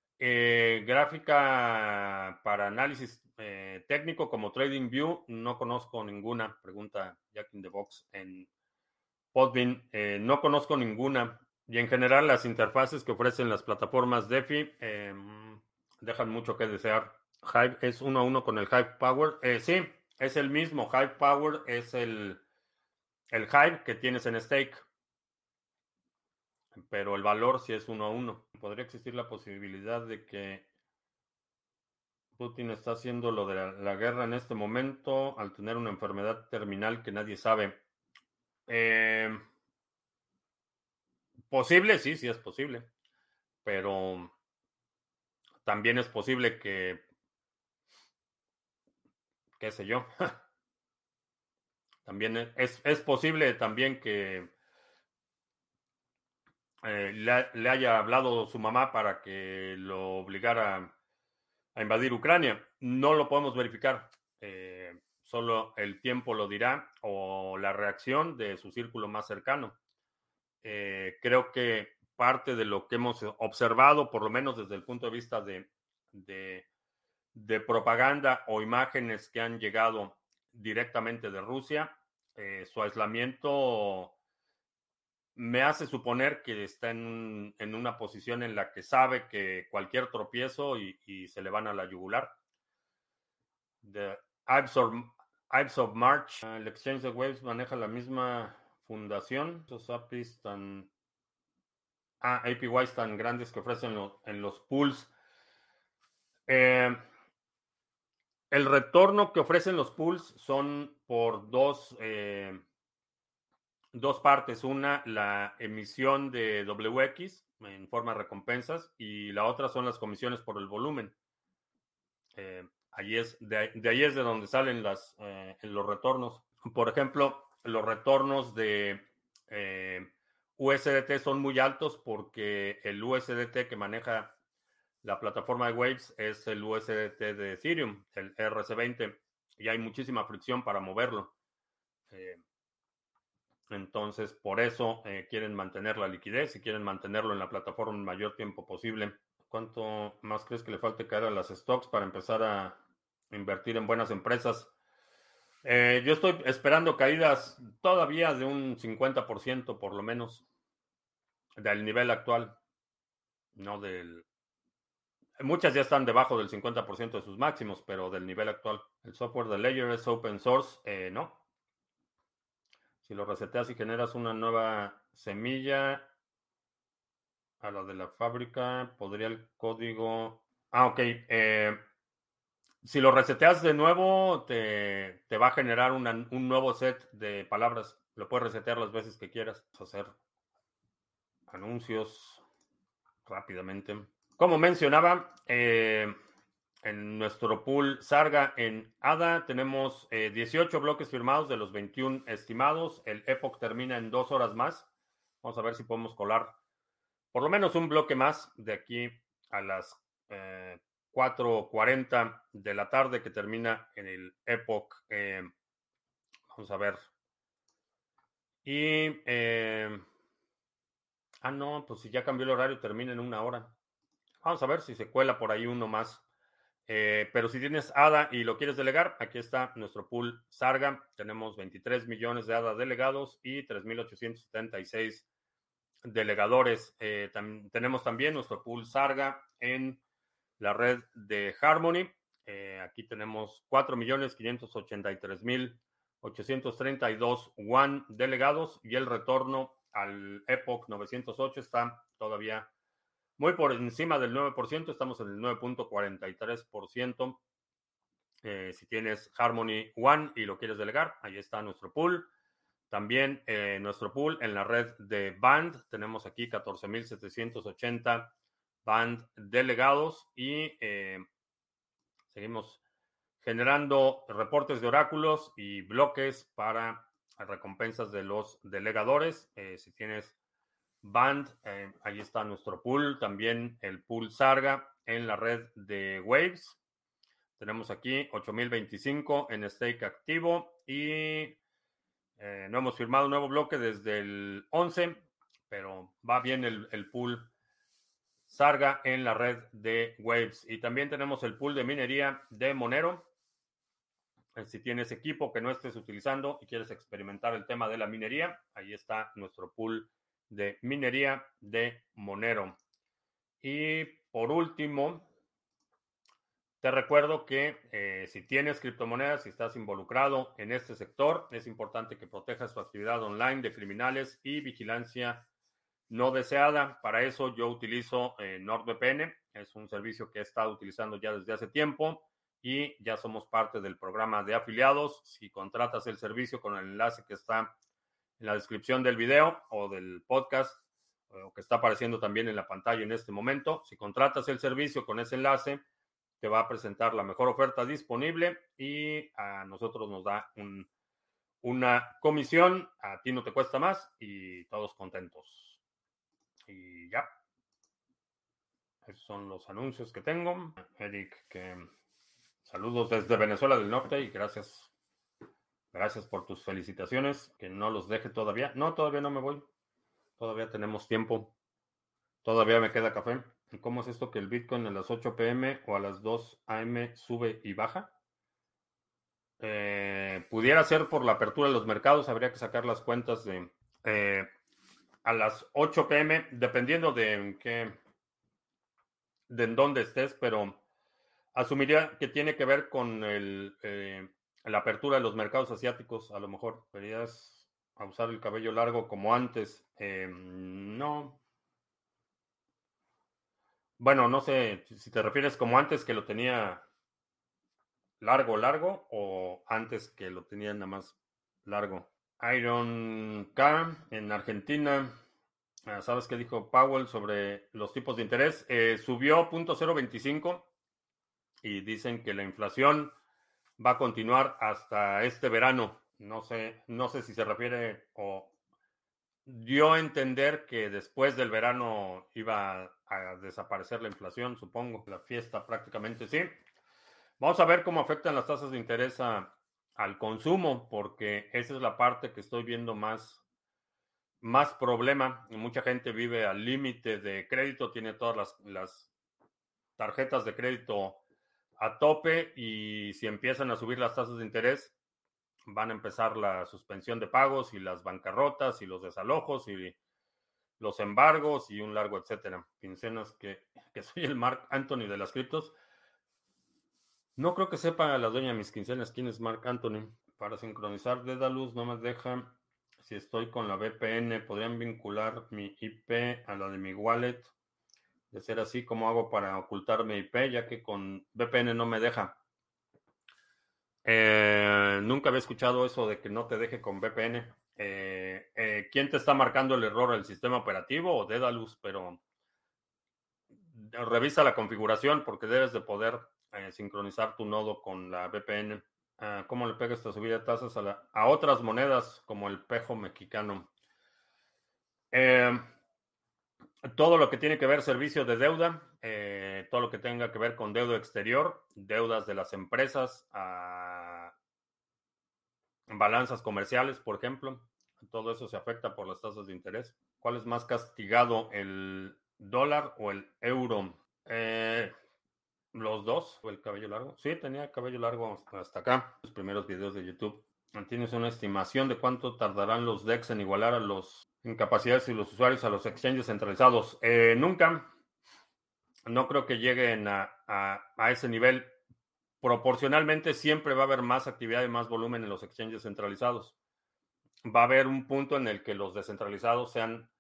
Gráfica para análisis técnico como TradingView, no conozco ninguna. Pregunta Jack in the Box en Podbean. No conozco ninguna. Y en general, las interfaces que ofrecen las plataformas DeFi dejan mucho que desear. Hive es uno a uno con el Hive Power. Sí, es el mismo. Hive Power es el Hive que tienes en stake, pero el valor sí es uno a uno. Podría existir la posibilidad de que Putin está haciendo lo de la guerra en este momento al tener una enfermedad terminal que nadie sabe. Eh, Posible, sí, sí es posible, pero también es posible que, qué sé yo, también es posible también que le haya hablado su mamá para que lo obligara a invadir Ucrania. No lo podemos verificar. Solo el tiempo lo dirá o la reacción de su círculo más cercano. Creo que parte de lo que hemos observado, por lo menos desde el punto de vista de, de propaganda o imágenes que han llegado directamente de Rusia, su aislamiento me hace suponer que está en una posición en la que sabe que cualquier tropiezo y se le van a la yugular. The Ives of March, el Exchange de Waves maneja la misma fundación. Esos APIs tan APYs tan grandes que ofrecen en los pools. Eh, el retorno que ofrecen los pools son por dos partes. Una, la emisión de WX en forma de recompensas y la otra son las comisiones por el volumen. De ahí es de donde salen los retornos. Por ejemplo, los retornos de USDT son muy altos porque el USDT que maneja la plataforma de Waves es el USDT de Ethereum, el RC20, y hay muchísima fricción para moverlo. Entonces, por eso quieren mantener la liquidez y quieren mantenerlo en la plataforma el mayor tiempo posible. ¿Cuánto más crees que le falte caer a las stocks para empezar a invertir en buenas empresas? Yo estoy esperando caídas todavía de un 50% por lo menos del nivel actual, no del... Muchas ya están debajo del 50% de sus máximos, pero del nivel actual. El software de Ledger es open source, no. Si lo reseteas y generas una nueva semilla a la de la fábrica, podría el código... Ok. Si lo reseteas de nuevo, te va a generar un nuevo set de palabras. Lo puedes resetear las veces que quieras. Vamos a hacer anuncios rápidamente. Como mencionaba, en nuestro pool Sarga en ADA tenemos 18 bloques firmados de los 21 estimados. El Epoch termina en 2 horas más. Vamos a ver si podemos colar por lo menos un bloque más de aquí a las 4:40 de la tarde que termina en el Epoch. Vamos a ver. Y... no, pues si ya cambió el horario, termina en 1 hora. Vamos a ver si se cuela por ahí uno más. Pero si tienes ADA y lo quieres delegar, aquí está nuestro pool Sarga. Tenemos 23 millones de ADA delegados y 3,876 delegadores. Tenemos también nuestro pool Sarga en la red de Harmony. Aquí tenemos 4,583,832 WAN delegados y el retorno al Epoch 908 está todavía muy por encima del 9%, estamos en el 9,43%. Si tienes Harmony One y lo quieres delegar, ahí está nuestro pool. También nuestro pool en la red de Band, tenemos aquí 14,780 Band delegados y seguimos generando reportes de oráculos y bloques para recompensas de los delegadores. Si tienes Band, ahí está nuestro pool, también el pool Sarga en la red de Waves. Tenemos aquí 8,025 en stake activo y no hemos firmado un nuevo bloque desde el 11, pero va bien el pool Sarga en la red de Waves. Y también tenemos el pool de minería de Monero. Si tienes equipo que no estés utilizando y quieres experimentar el tema de la minería, ahí está nuestro pool de minería de Monero. Y por último, te recuerdo que si tienes criptomonedas, si estás involucrado en este sector, es importante que protejas tu actividad online de criminales y vigilancia no deseada. Para eso yo utilizo NordVPN. Es un servicio que he estado utilizando ya desde hace tiempo y ya somos parte del programa de afiliados. Si contratas el servicio con el enlace que está en la descripción del video o del podcast o que está apareciendo también en la pantalla en este momento, si contratas el servicio con ese enlace, te va a presentar la mejor oferta disponible y a nosotros nos da una comisión, a ti no te cuesta más y todos contentos. Y ya, esos son los anuncios que tengo. Eric, que saludos desde Venezuela del Norte y gracias por tus felicitaciones, que no los deje todavía. No, todavía no me voy, todavía tenemos tiempo, todavía me queda café. ¿Y cómo es esto que el Bitcoin a las 8 p.m. o a las 2 a.m. sube y baja? Pudiera ser por la apertura de los mercados, habría que sacar las cuentas de a las 8 p.m., dependiendo de en dónde estés, pero asumiría que tiene que ver con la apertura de los mercados asiáticos. A lo mejor deberías a usar el cabello largo como antes. No, Bueno, no sé si te refieres como antes que lo tenía largo o antes que lo tenía nada más largo. Iron K en Argentina. ¿Sabes qué dijo Powell sobre los tipos de interés? Subió 0.025 y dicen que la inflación va a continuar hasta este verano. No sé si se refiere o dio a entender que después del verano iba a desaparecer la inflación, supongo. La fiesta prácticamente sí. Vamos a ver cómo afectan las tasas de interés al consumo, porque esa es la parte que estoy viendo más problema. Mucha gente vive al límite de crédito, tiene todas las tarjetas de crédito a tope y si empiezan a subir las tasas de interés, van a empezar la suspensión de pagos y las bancarrotas y los desalojos y los embargos y un largo etcétera. Quincenas que soy el Mark Anthony de las criptos. No creo que sepa la dueña de mis quincenas quién es Mark Anthony. Para sincronizar Dedalus no me deja. Si estoy con la VPN, ¿podrían vincular mi IP a la de mi wallet? De ser así, ¿cómo hago para ocultar mi IP? Ya que con VPN no me deja. Nunca había escuchado eso de que no te deje con VPN. ¿Quién te está marcando el error? ¿El sistema operativo o Dedalus? Pero revisa la configuración porque debes de poder sincronizar tu nodo con la VPN. ¿Cómo le pega esta subida de tasas a otras monedas como el pejo mexicano? Eh, Todo lo que tiene que ver servicio de deuda, todo lo que tenga que ver con deuda exterior, deudas de las empresas, balanzas comerciales, por ejemplo, todo eso se afecta por las tasas de interés. ¿Cuál es más castigado, el dólar o el euro? Los dos, o el cabello largo. Sí, tenía cabello largo hasta acá. Los primeros videos de YouTube. ¿Tienes una estimación de cuánto tardarán los DEX en igualar a los incapacidades y los usuarios a los exchanges centralizados? Nunca. No creo que lleguen a ese nivel. Proporcionalmente siempre va a haber más actividad y más volumen en los exchanges centralizados. Va a haber un punto en el que los descentralizados sean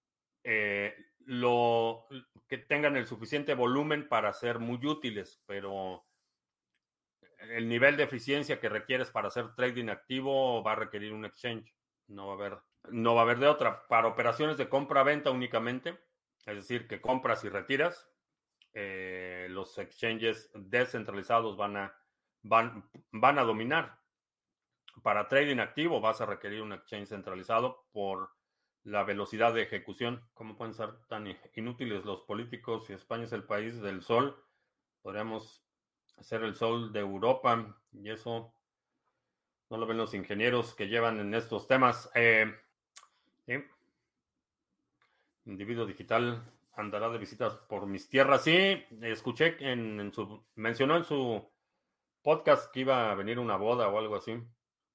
lo que tengan el suficiente volumen para ser muy útiles, pero el nivel de eficiencia que requieres para hacer trading activo va a requerir un exchange. No va a haber de otra. Para operaciones de compra-venta únicamente, es decir, que compras y retiras, los exchanges descentralizados van a dominar. Para trading activo vas a requerir un exchange centralizado por la velocidad de ejecución. ¿Cómo pueden ser tan inútiles los políticos si España es el país del sol? Podríamos ser el sol de Europa y eso no lo ven los ingenieros que llevan en estos temas. ¿Sí? Individuo digital andará de visitas por mis tierras. Sí, escuché que mencionó en su podcast que iba a venir una boda o algo así.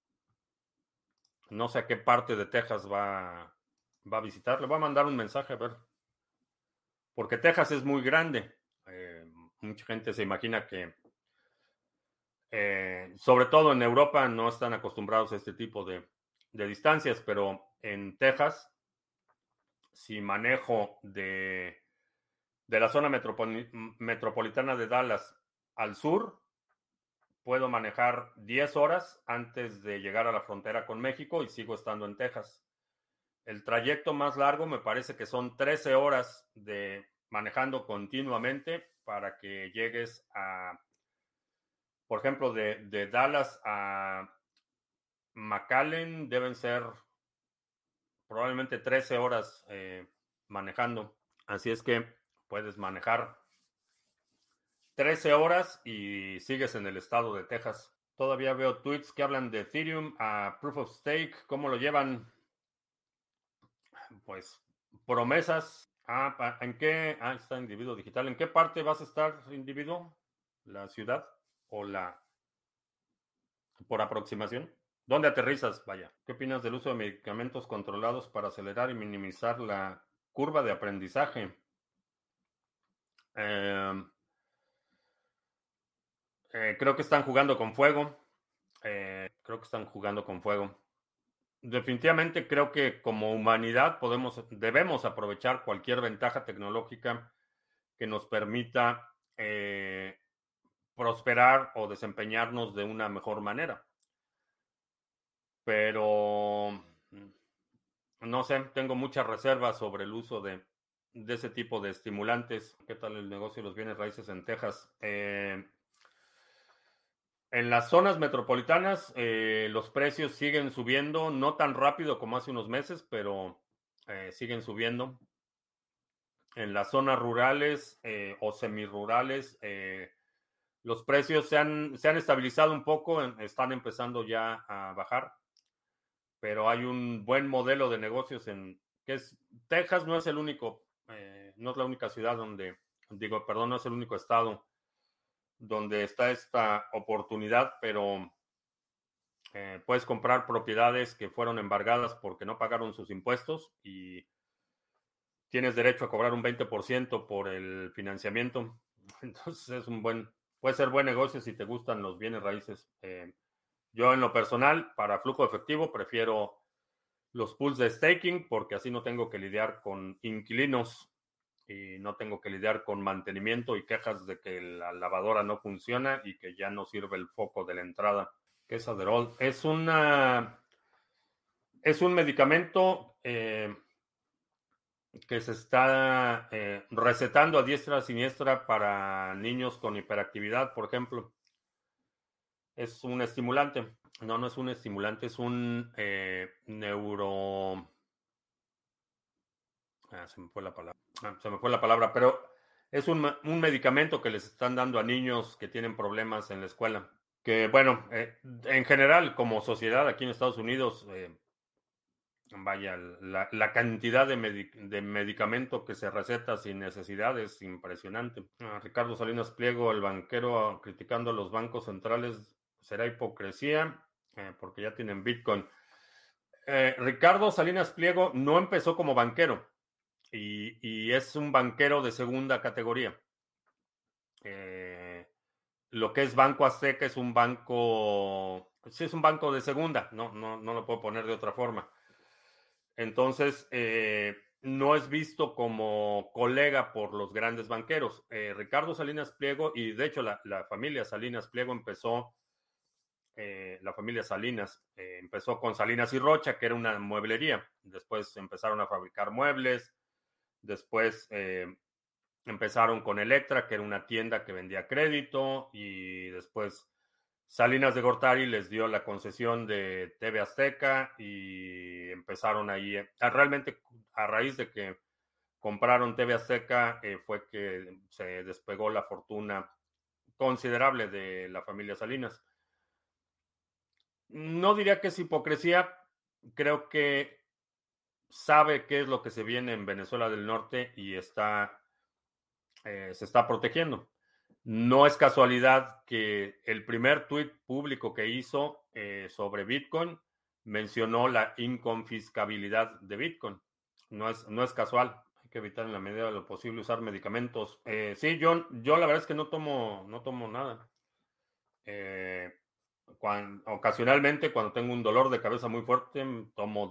No sé a qué parte de Texas va a visitar. Le voy a mandar un mensaje a ver. Porque Texas es muy grande. Mucha gente se imagina que, sobre todo en Europa, no están acostumbrados a este tipo de distancias, pero en Texas, si manejo de la zona metropolitana de Dallas al sur, puedo manejar 10 horas antes de llegar a la frontera con México y sigo estando en Texas. El trayecto más largo me parece que son 13 horas de manejando continuamente para que llegues por ejemplo, de Dallas a McAllen deben ser probablemente 13 horas manejando. Así es que puedes manejar 13 horas y sigues en el estado de Texas. Todavía veo tweets que hablan de Ethereum a Proof of Stake. ¿Cómo lo llevan? Pues promesas. ¿En qué? Está individuo digital. ¿En qué parte vas a estar, individuo? ¿La ciudad o por aproximación? ¿Dónde aterrizas? Vaya. ¿Qué opinas del uso de medicamentos controlados para acelerar y minimizar la curva de aprendizaje? Eh, creo que están jugando con fuego. Creo que están jugando con fuego. Definitivamente creo que como humanidad debemos aprovechar cualquier ventaja tecnológica que nos permita prosperar o desempeñarnos de una mejor manera. Pero no sé, tengo muchas reservas sobre el uso de ese tipo de estimulantes. ¿Qué tal el negocio de los bienes raíces en Texas? En las zonas metropolitanas, los precios siguen subiendo, no tan rápido como hace unos meses, pero siguen subiendo. En las zonas rurales o semirurales, los precios se han estabilizado un poco, están empezando ya a bajar, pero hay un buen modelo de negocios que es Texas. No es el único, no es la única ciudad no es el único estado donde está esta oportunidad, pero puedes comprar propiedades que fueron embargadas porque no pagaron sus impuestos y tienes derecho a cobrar un 20% por el financiamiento. Entonces puede ser buen negocio si te gustan los bienes raíces. Yo en lo personal, para flujo efectivo, prefiero los pools de staking porque así no tengo que lidiar con inquilinos y no tengo que lidiar con mantenimiento y quejas de que la lavadora no funciona y que ya no sirve el foco de la entrada. ¿Qué es Adderall? Es un medicamento que se está recetando a diestra y siniestra para niños con hiperactividad, por ejemplo. Es un estimulante. No, no es un estimulante, es un se me fue la palabra. Se me fue la palabra, pero es un medicamento que les están dando a niños que tienen problemas en la escuela. Que bueno, en general, como sociedad aquí en Estados Unidos, vaya, la cantidad de medicamento que se receta sin necesidad es impresionante. Ricardo Salinas Pliego, el banquero, criticando a los bancos centrales, ¿será hipocresía? Porque ya tienen Bitcoin. Ricardo Salinas Pliego no empezó como banquero y es un banquero de segunda categoría. Lo que es Banco Azteca es un banco, sí es un banco de segunda, no lo puedo poner de otra forma. Entonces, no es visto como colega por los grandes banqueros. Ricardo Salinas Pliego, y de hecho la familia Salinas Pliego la familia Salinas empezó con Salinas y Rocha, que era una mueblería. Después empezaron a fabricar muebles. Después empezaron con Electra, que era una tienda que vendía crédito. Y después Salinas de Gortari les dio la concesión de TV Azteca y empezaron ahí. Realmente, a raíz de que compraron TV Azteca, fue que se despegó la fortuna considerable de la familia Salinas. No diría que es hipocresía, creo que sabe qué es lo que se viene en Venezuela del Norte y se está protegiendo. No es casualidad que el primer tuit público que hizo sobre Bitcoin mencionó la inconfiscabilidad de Bitcoin. No es casual. Hay que evitar en la medida de lo posible usar medicamentos. Sí, yo la verdad es que no tomo nada. Ocasionalmente, cuando tengo un dolor de cabeza muy fuerte, tomo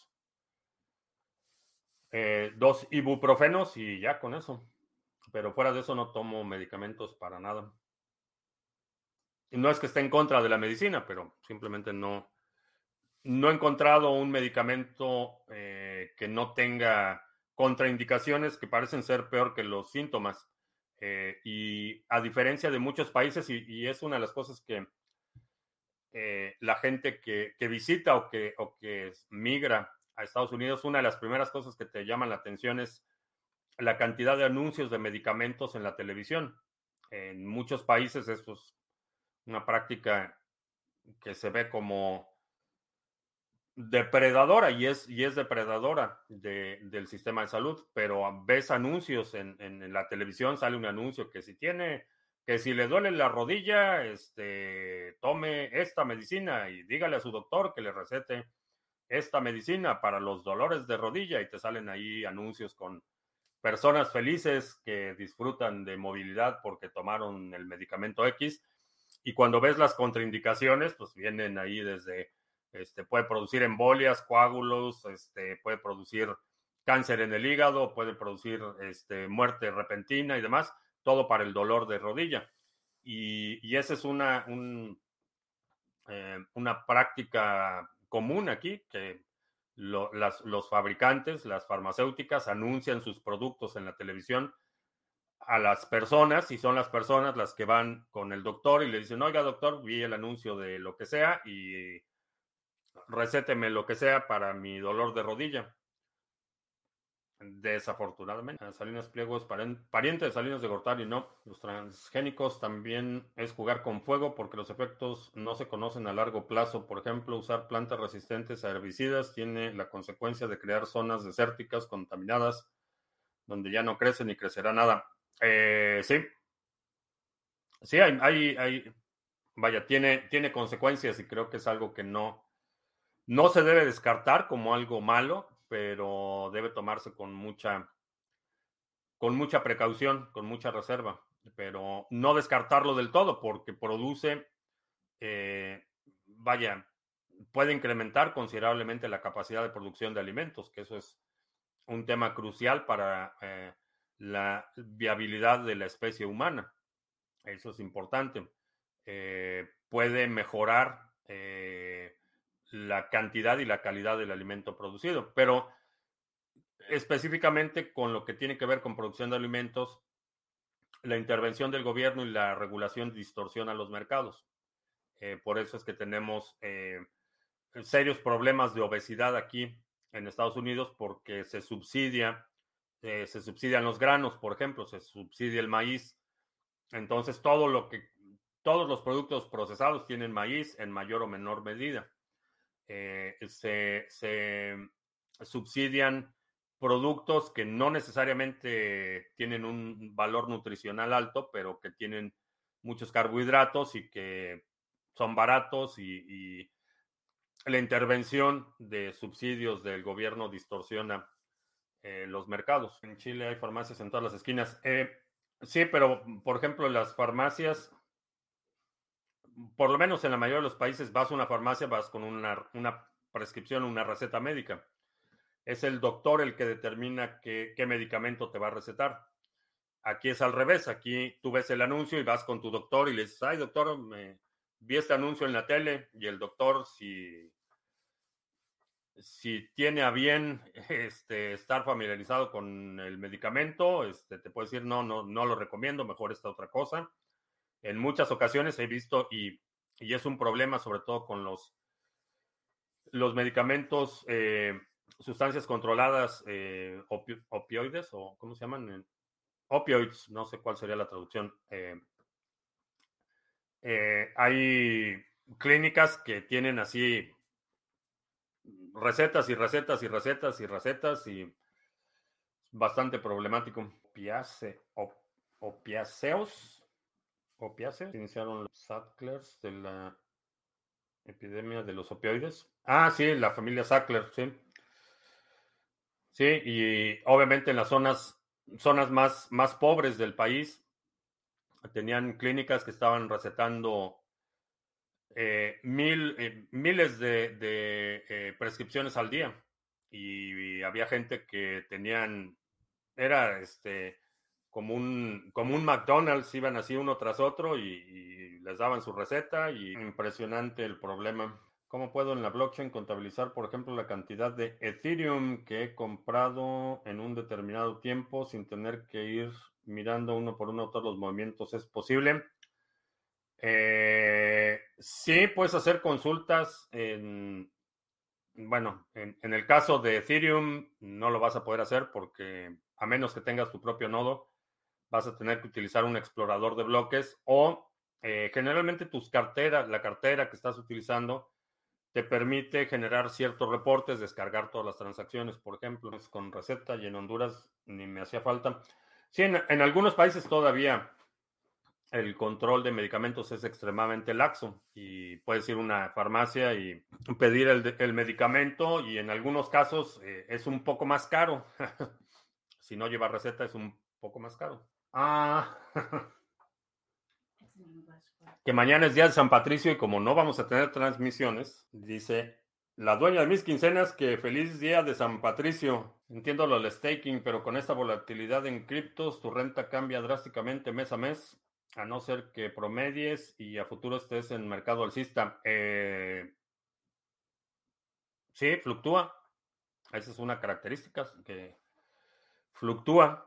dos ibuprofenos y ya con eso. Pero fuera de eso no tomo medicamentos para nada. Y no es que esté en contra de la medicina, pero simplemente no he encontrado un medicamento que no tenga contraindicaciones que parecen ser peor que los síntomas. Y a diferencia de muchos países, y es una de las cosas que la gente que visita o que migra a Estados Unidos, una de las primeras cosas que te llaman la atención es la cantidad de anuncios de medicamentos en la televisión. En muchos países esto es una práctica que se ve como depredadora y es depredadora del sistema de salud, pero ves anuncios en la televisión, sale un anuncio que si le duele la rodilla, tome esta medicina y dígale a su doctor que le recete esta medicina para los dolores de rodilla y te salen ahí anuncios con personas felices que disfrutan de movilidad porque tomaron el medicamento X y cuando ves las contraindicaciones, pues vienen ahí desde, puede producir embolias, coágulos, puede producir cáncer en el hígado, puede producir muerte repentina y demás, todo para el dolor de rodilla. Y esa es una práctica común aquí, que los fabricantes, las farmacéuticas, anuncian sus productos en la televisión a las personas, y son las personas las que van con el doctor y le dicen, oiga doctor, vi el anuncio de lo que sea y recéteme lo que sea para mi dolor de rodilla. Desafortunadamente, Salinas Pliego es pariente de Salinas de Gortari, no. Los transgénicos también es jugar con fuego porque los efectos no se conocen a largo plazo. Por ejemplo, usar plantas resistentes a herbicidas tiene la consecuencia de crear zonas desérticas contaminadas donde ya no crece ni crecerá nada. Sí, sí, vaya, tiene consecuencias y creo que es algo que no se debe descartar como algo malo, pero debe tomarse con mucha precaución, con mucha reserva, pero no descartarlo del todo porque produce, eh, vaya, puede incrementar considerablemente la capacidad de producción de alimentos, que eso es un tema crucial para la viabilidad de la especie humana. Eso es importante. Puede mejorar la cantidad y la calidad del alimento producido, pero específicamente con lo que tiene que ver con producción de alimentos, la intervención del gobierno y la regulación distorsiona los mercados. Por eso es que tenemos serios problemas de obesidad aquí en Estados Unidos porque se subsidian los granos, por ejemplo, se subsidia el maíz. Entonces, todos los productos procesados tienen maíz en mayor o menor medida. Se subsidian productos que no necesariamente tienen un valor nutricional alto, pero que tienen muchos carbohidratos y que son baratos y la intervención de subsidios del gobierno distorsiona los mercados. En Chile hay farmacias en todas las esquinas. Sí, pero por ejemplo, las farmacias, por lo menos en la mayoría de los países, vas a una farmacia, vas con una prescripción, una receta médica. Es el doctor el que determina qué medicamento te va a recetar. Aquí es al revés. Aquí tú ves el anuncio y vas con tu doctor y le dices, ay doctor, vi este anuncio en la tele, y el doctor, si tiene a bien estar familiarizado con el medicamento, te puede decir, no lo recomiendo, mejor esta otra cosa. En muchas ocasiones he visto, y es un problema sobre todo con los medicamentos, sustancias controladas, opioides, o ¿cómo se llaman? Opioids, no sé cuál sería la traducción. Hay clínicas que tienen así recetas y recetas y recetas y recetas, y bastante problemático. Opiáceos. Opiáceos. Iniciaron los Sacklers de la epidemia de los opioides. Ah, sí, la familia Sackler, sí. Sí, y obviamente en las zonas más pobres del país tenían clínicas que estaban recetando miles de prescripciones al día. Y había gente que era como un McDonald's, iban así uno tras otro y les daban su receta, y impresionante el problema. ¿Cómo puedo en la blockchain contabilizar, por ejemplo, la cantidad de Ethereum que he comprado en un determinado tiempo sin tener que ir mirando uno por uno todos los movimientos? ¿Es posible? Sí, puedes hacer consultas bueno, en el caso de Ethereum no lo vas a poder hacer porque a menos que tengas tu propio nodo, vas a tener que utilizar un explorador de bloques, o generalmente la cartera que estás utilizando te permite generar ciertos reportes, descargar todas las transacciones, por ejemplo, con receta, y en Honduras ni me hacía falta. Sí, en algunos países todavía el control de medicamentos es extremadamente laxo y puedes ir a una farmacia y pedir el medicamento, y en algunos casos es un poco más caro. Si no lleva receta es un poco más caro. Ah, que mañana es día de San Patricio y como no vamos a tener transmisiones, dice La dueña de mis quincenas, que feliz día de San Patricio. Entiendo lo del staking, pero con esta volatilidad en criptos, tu renta cambia drásticamente mes a mes, a no ser que promedies y a futuro estés en mercado alcista. Sí, fluctúa. Esa es una característica que fluctúa.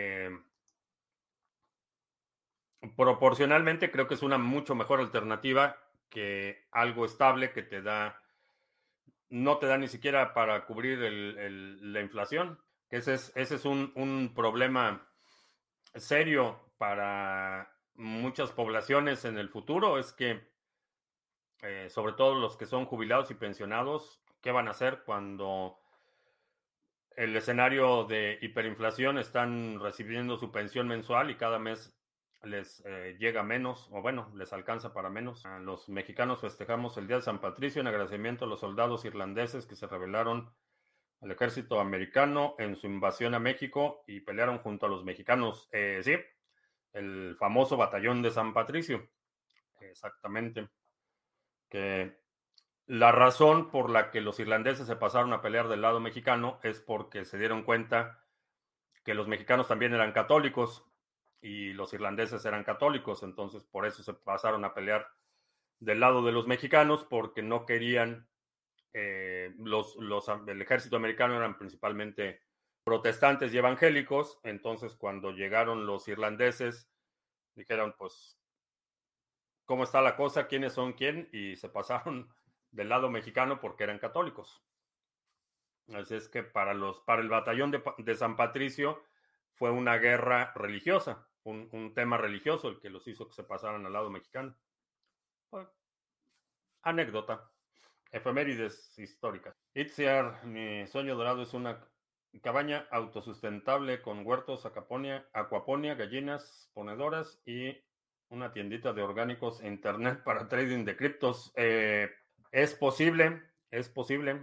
Proporcionalmente creo que es una mucho mejor alternativa que algo estable que no te da ni siquiera para cubrir la inflación. Ese es un problema serio para muchas poblaciones en el futuro, es que sobre todo los que son jubilados y pensionados, ¿qué van a hacer cuando el escenario de hiperinflación están recibiendo su pensión mensual y cada mes les llega menos, o bueno, les alcanza para menos? Los mexicanos festejamos el Día de San Patricio en agradecimiento a los soldados irlandeses que se rebelaron al ejército americano en su invasión a México y pelearon junto a los mexicanos. Sí, el famoso batallón de San Patricio, exactamente. Que la razón por la que los irlandeses se pasaron a pelear del lado mexicano es porque se dieron cuenta que los mexicanos también eran católicos y los irlandeses eran católicos, entonces por eso se pasaron a pelear del lado de los mexicanos, porque no querían, el ejército americano eran principalmente protestantes y evangélicos, entonces cuando llegaron los irlandeses dijeron, pues, ¿cómo está la cosa? ¿Quiénes son quién? Y se pasaron del lado mexicano porque eran católicos. Así es que para el batallón de San Patricio fue una guerra religiosa, un tema religioso el que los hizo que se pasaran al lado mexicano. Bueno, anécdota, efemérides históricas. Itziar, mi sueño dorado es una cabaña autosustentable con huertos, aquaponia, gallinas ponedoras y una tiendita de orgánicos e internet para trading de criptos. Es posible, es posible.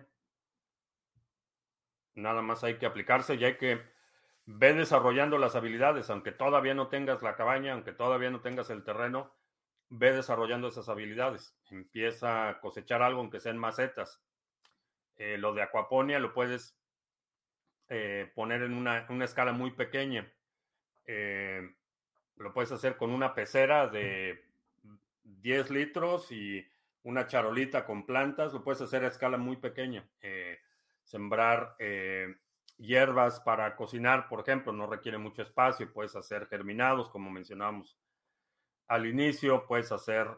Nada más hay que aplicarse y hay que ver desarrollando las habilidades, aunque todavía no tengas la cabaña, aunque todavía no tengas el terreno, ve desarrollando esas habilidades. Empieza a cosechar algo, aunque sean macetas. Lo de acuaponia lo puedes poner en una escala muy pequeña. Eh, lo puedes hacer con una pecera de 10 litros y una charolita con plantas. Lo puedes hacer a escala muy pequeña. Sembrar hierbas para cocinar, por ejemplo, no requiere mucho espacio. Puedes hacer germinados, como mencionábamos al inicio. Puedes hacer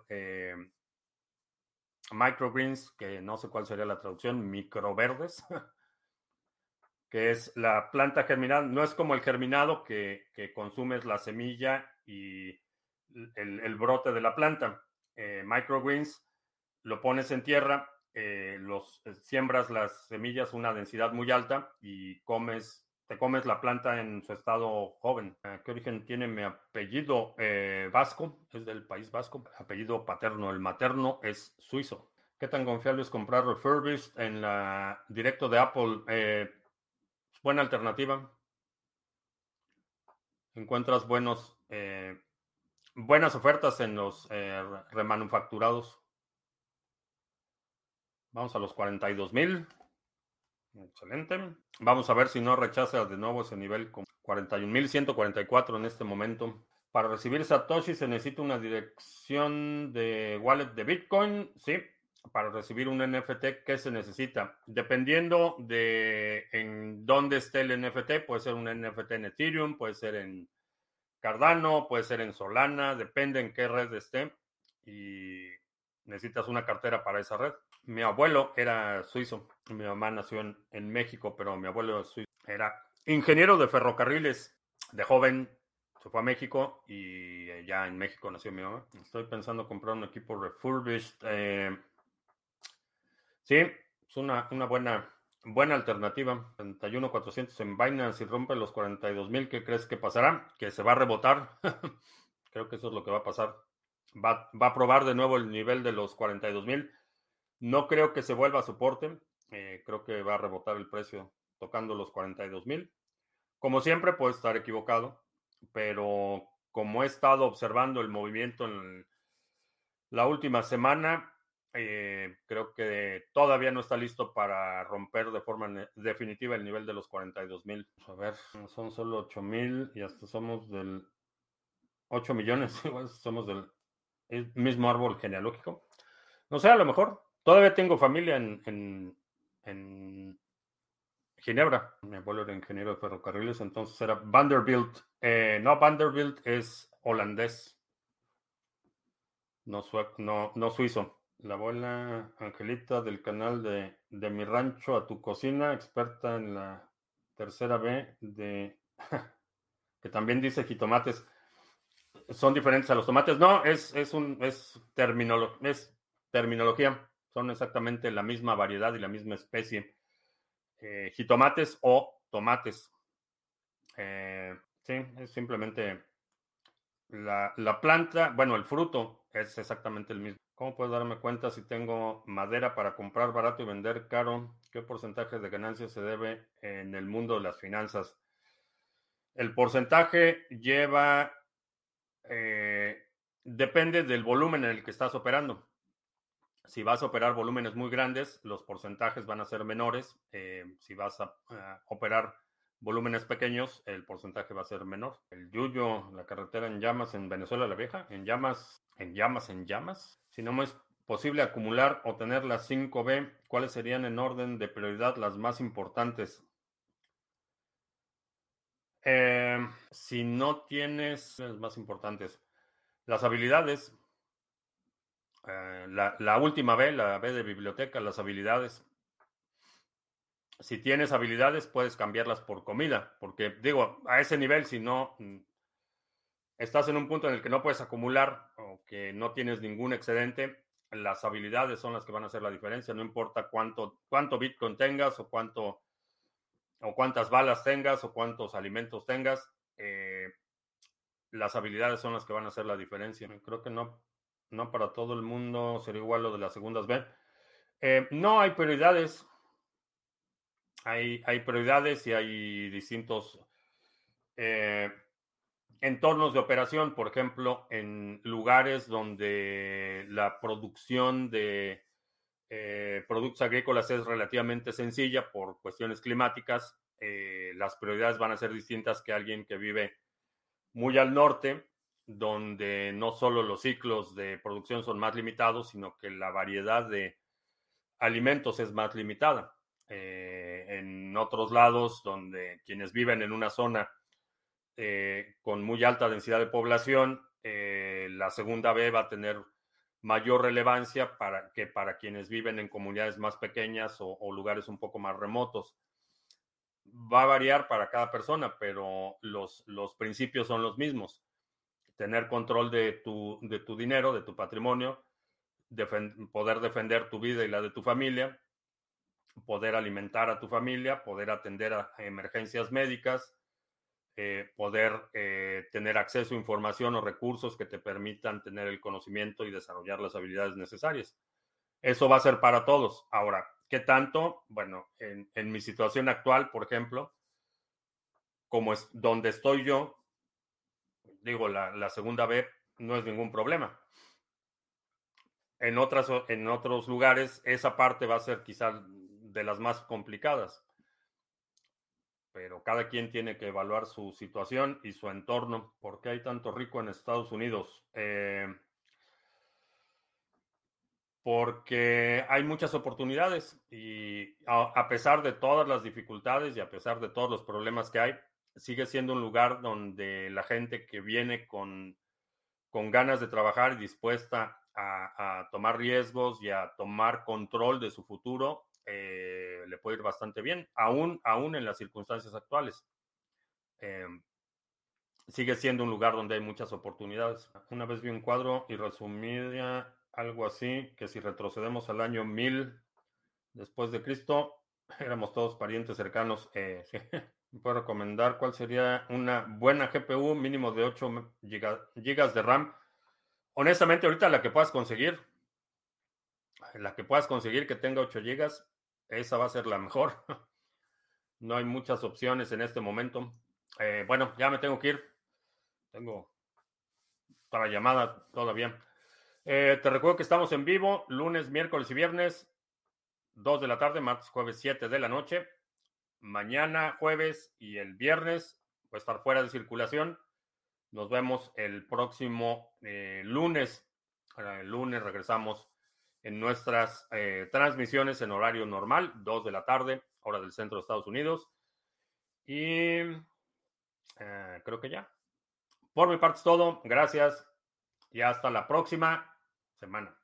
microgreens, que no sé cuál sería la traducción, microverdes, que es la planta germinada. No es como el germinado que consumes la semilla y el brote de la planta. Microgreens lo pones en tierra, siembras las semillas a una densidad muy alta y te comes la planta en su estado joven. ¿Qué origen tiene mi apellido? Vasco, es del País Vasco. Apellido paterno, el materno es suizo. ¿Qué tan confiable es comprar refurbished en la directo de Apple? Buena alternativa. Encuentras buenas ofertas en los remanufacturados. Vamos a los 42,000. Excelente. Vamos a ver si no rechaza de nuevo ese nivel con 41,144 en este momento. Para recibir Satoshi se necesita una dirección de wallet de Bitcoin. Sí. Para recibir un NFT, ¿qué se necesita? Dependiendo de en dónde esté el NFT, puede ser un NFT en Ethereum, puede ser en Cardano, puede ser en Solana, depende en qué red esté y necesitas una cartera para esa red. Mi abuelo era suizo, mi mamá nació en México, pero mi abuelo suizo era ingeniero de ferrocarriles. De joven se fue a México y ya en México nació mi mamá. Estoy pensando comprar un equipo refurbished. Sí, es una buena alternativa. 31,400 en Binance y rompe los 42,000. ¿Qué crees que pasará? Que se va a rebotar. Creo que eso es lo que va a pasar. Va a probar de nuevo el nivel de los 42,000. No creo que se vuelva a soporte. Creo que va a rebotar el precio tocando los 42,000. Como siempre, puedo estar equivocado, pero como he estado observando el movimiento en la última semana, Creo que todavía no está listo para romper de forma definitiva el nivel de los 42,000. A ver, son solo 8,000 y hasta somos del 8 millones. Igual somos del mismo árbol genealógico. No sé, a lo mejor. Todavía tengo familia en Ginebra. Mi abuelo era ingeniero de ferrocarriles, entonces era Vanderbilt. No, Vanderbilt es holandés, no suizo. La abuela Angelita del canal de Mi Rancho a Tu Cocina, experta en la tercera B que también dice jitomates. Son diferentes a los tomates. No, es terminología. Son exactamente la misma variedad y la misma especie. Jitomates o tomates. Sí, es simplemente la planta, bueno, el fruto es exactamente el mismo. ¿Cómo puedo darme cuenta si tengo madera para comprar barato y vender caro? ¿Qué porcentaje de ganancias se debe en el mundo de las finanzas? El porcentaje eh, depende del volumen en el que estás operando. Si vas a operar volúmenes muy grandes, los porcentajes van a ser menores. Si vas a operar volúmenes pequeños, el porcentaje va a ser menor. El Yuyo, la carretera en llamas en Venezuela la Vieja, en llamas, en llamas, en llamas. Si no me es posible acumular o tener las 5B, ¿cuáles serían en orden de prioridad las más importantes? Si no tienes las más importantes, las habilidades, la última B, la B de biblioteca, las habilidades. Si tienes habilidades, puedes cambiarlas por comida, porque digo, a ese nivel, si no estás en un punto en el que no puedes acumular o que no tienes ningún excedente, las habilidades son las que van a hacer la diferencia. No importa cuánto Bitcoin tengas o cuántas balas tengas o cuántos alimentos tengas, las habilidades son las que van a hacer la diferencia. Creo que no para todo el mundo sería igual lo de las segundas B. No hay prioridades. Hay prioridades y hay distintos eh, entornos de operación, por ejemplo, en lugares donde la producción de productos agrícolas es relativamente sencilla por cuestiones climáticas, las prioridades van a ser distintas que alguien que vive muy al norte, donde no solo los ciclos de producción son más limitados, sino que la variedad de alimentos es más limitada. En otros lados, donde quienes viven en una zona con muy alta densidad de población, la segunda B va a tener mayor relevancia para quienes viven en comunidades más pequeñas o lugares un poco más remotos. Va a variar para cada persona, pero los principios son los mismos. Tener control de tu dinero, de tu patrimonio, poder defender tu vida y la de tu familia, poder alimentar a tu familia, poder atender a emergencias médicas, poder tener acceso a información o recursos que te permitan tener el conocimiento y desarrollar las habilidades necesarias. Eso va a ser para todos. Ahora, ¿qué tanto? Bueno, en mi situación actual, por ejemplo, como es donde estoy yo, digo, la segunda B no es ningún problema. En otros lugares, esa parte va a ser quizás de las más complicadas, pero cada quien tiene que evaluar su situación y su entorno. ¿Por qué hay tanto rico en Estados Unidos? Porque hay muchas oportunidades y a pesar de todas las dificultades y a pesar de todos los problemas que hay, sigue siendo un lugar donde la gente que viene con ganas de trabajar y dispuesta a tomar riesgos y a tomar control de su futuro, le puede ir bastante bien, aún en las circunstancias actuales. Eh, Sigue siendo un lugar donde hay muchas oportunidades. Una vez vi un cuadro y resumía algo así, que si retrocedemos al año 1000 después de Cristo, éramos todos parientes cercanos. Sí. ¿Me puedo recomendar cuál sería una buena GPU mínimo de 8 gigas de RAM? Honestamente, ahorita la que puedas conseguir que tenga 8 gigas, esa va a ser la mejor. No hay muchas opciones en este momento. Bueno, ya me tengo que ir. Tengo para llamada todavía. Te recuerdo que estamos en vivo lunes, miércoles y viernes, 2 de la tarde, martes, jueves, 7 de la noche. Mañana, jueves y el viernes voy a estar fuera de circulación. Nos vemos el próximo lunes. El lunes regresamos en nuestras transmisiones en horario normal, 2 de la tarde, hora del centro de Estados Unidos. Y creo que ya. Por mi parte es todo. Gracias y hasta la próxima semana.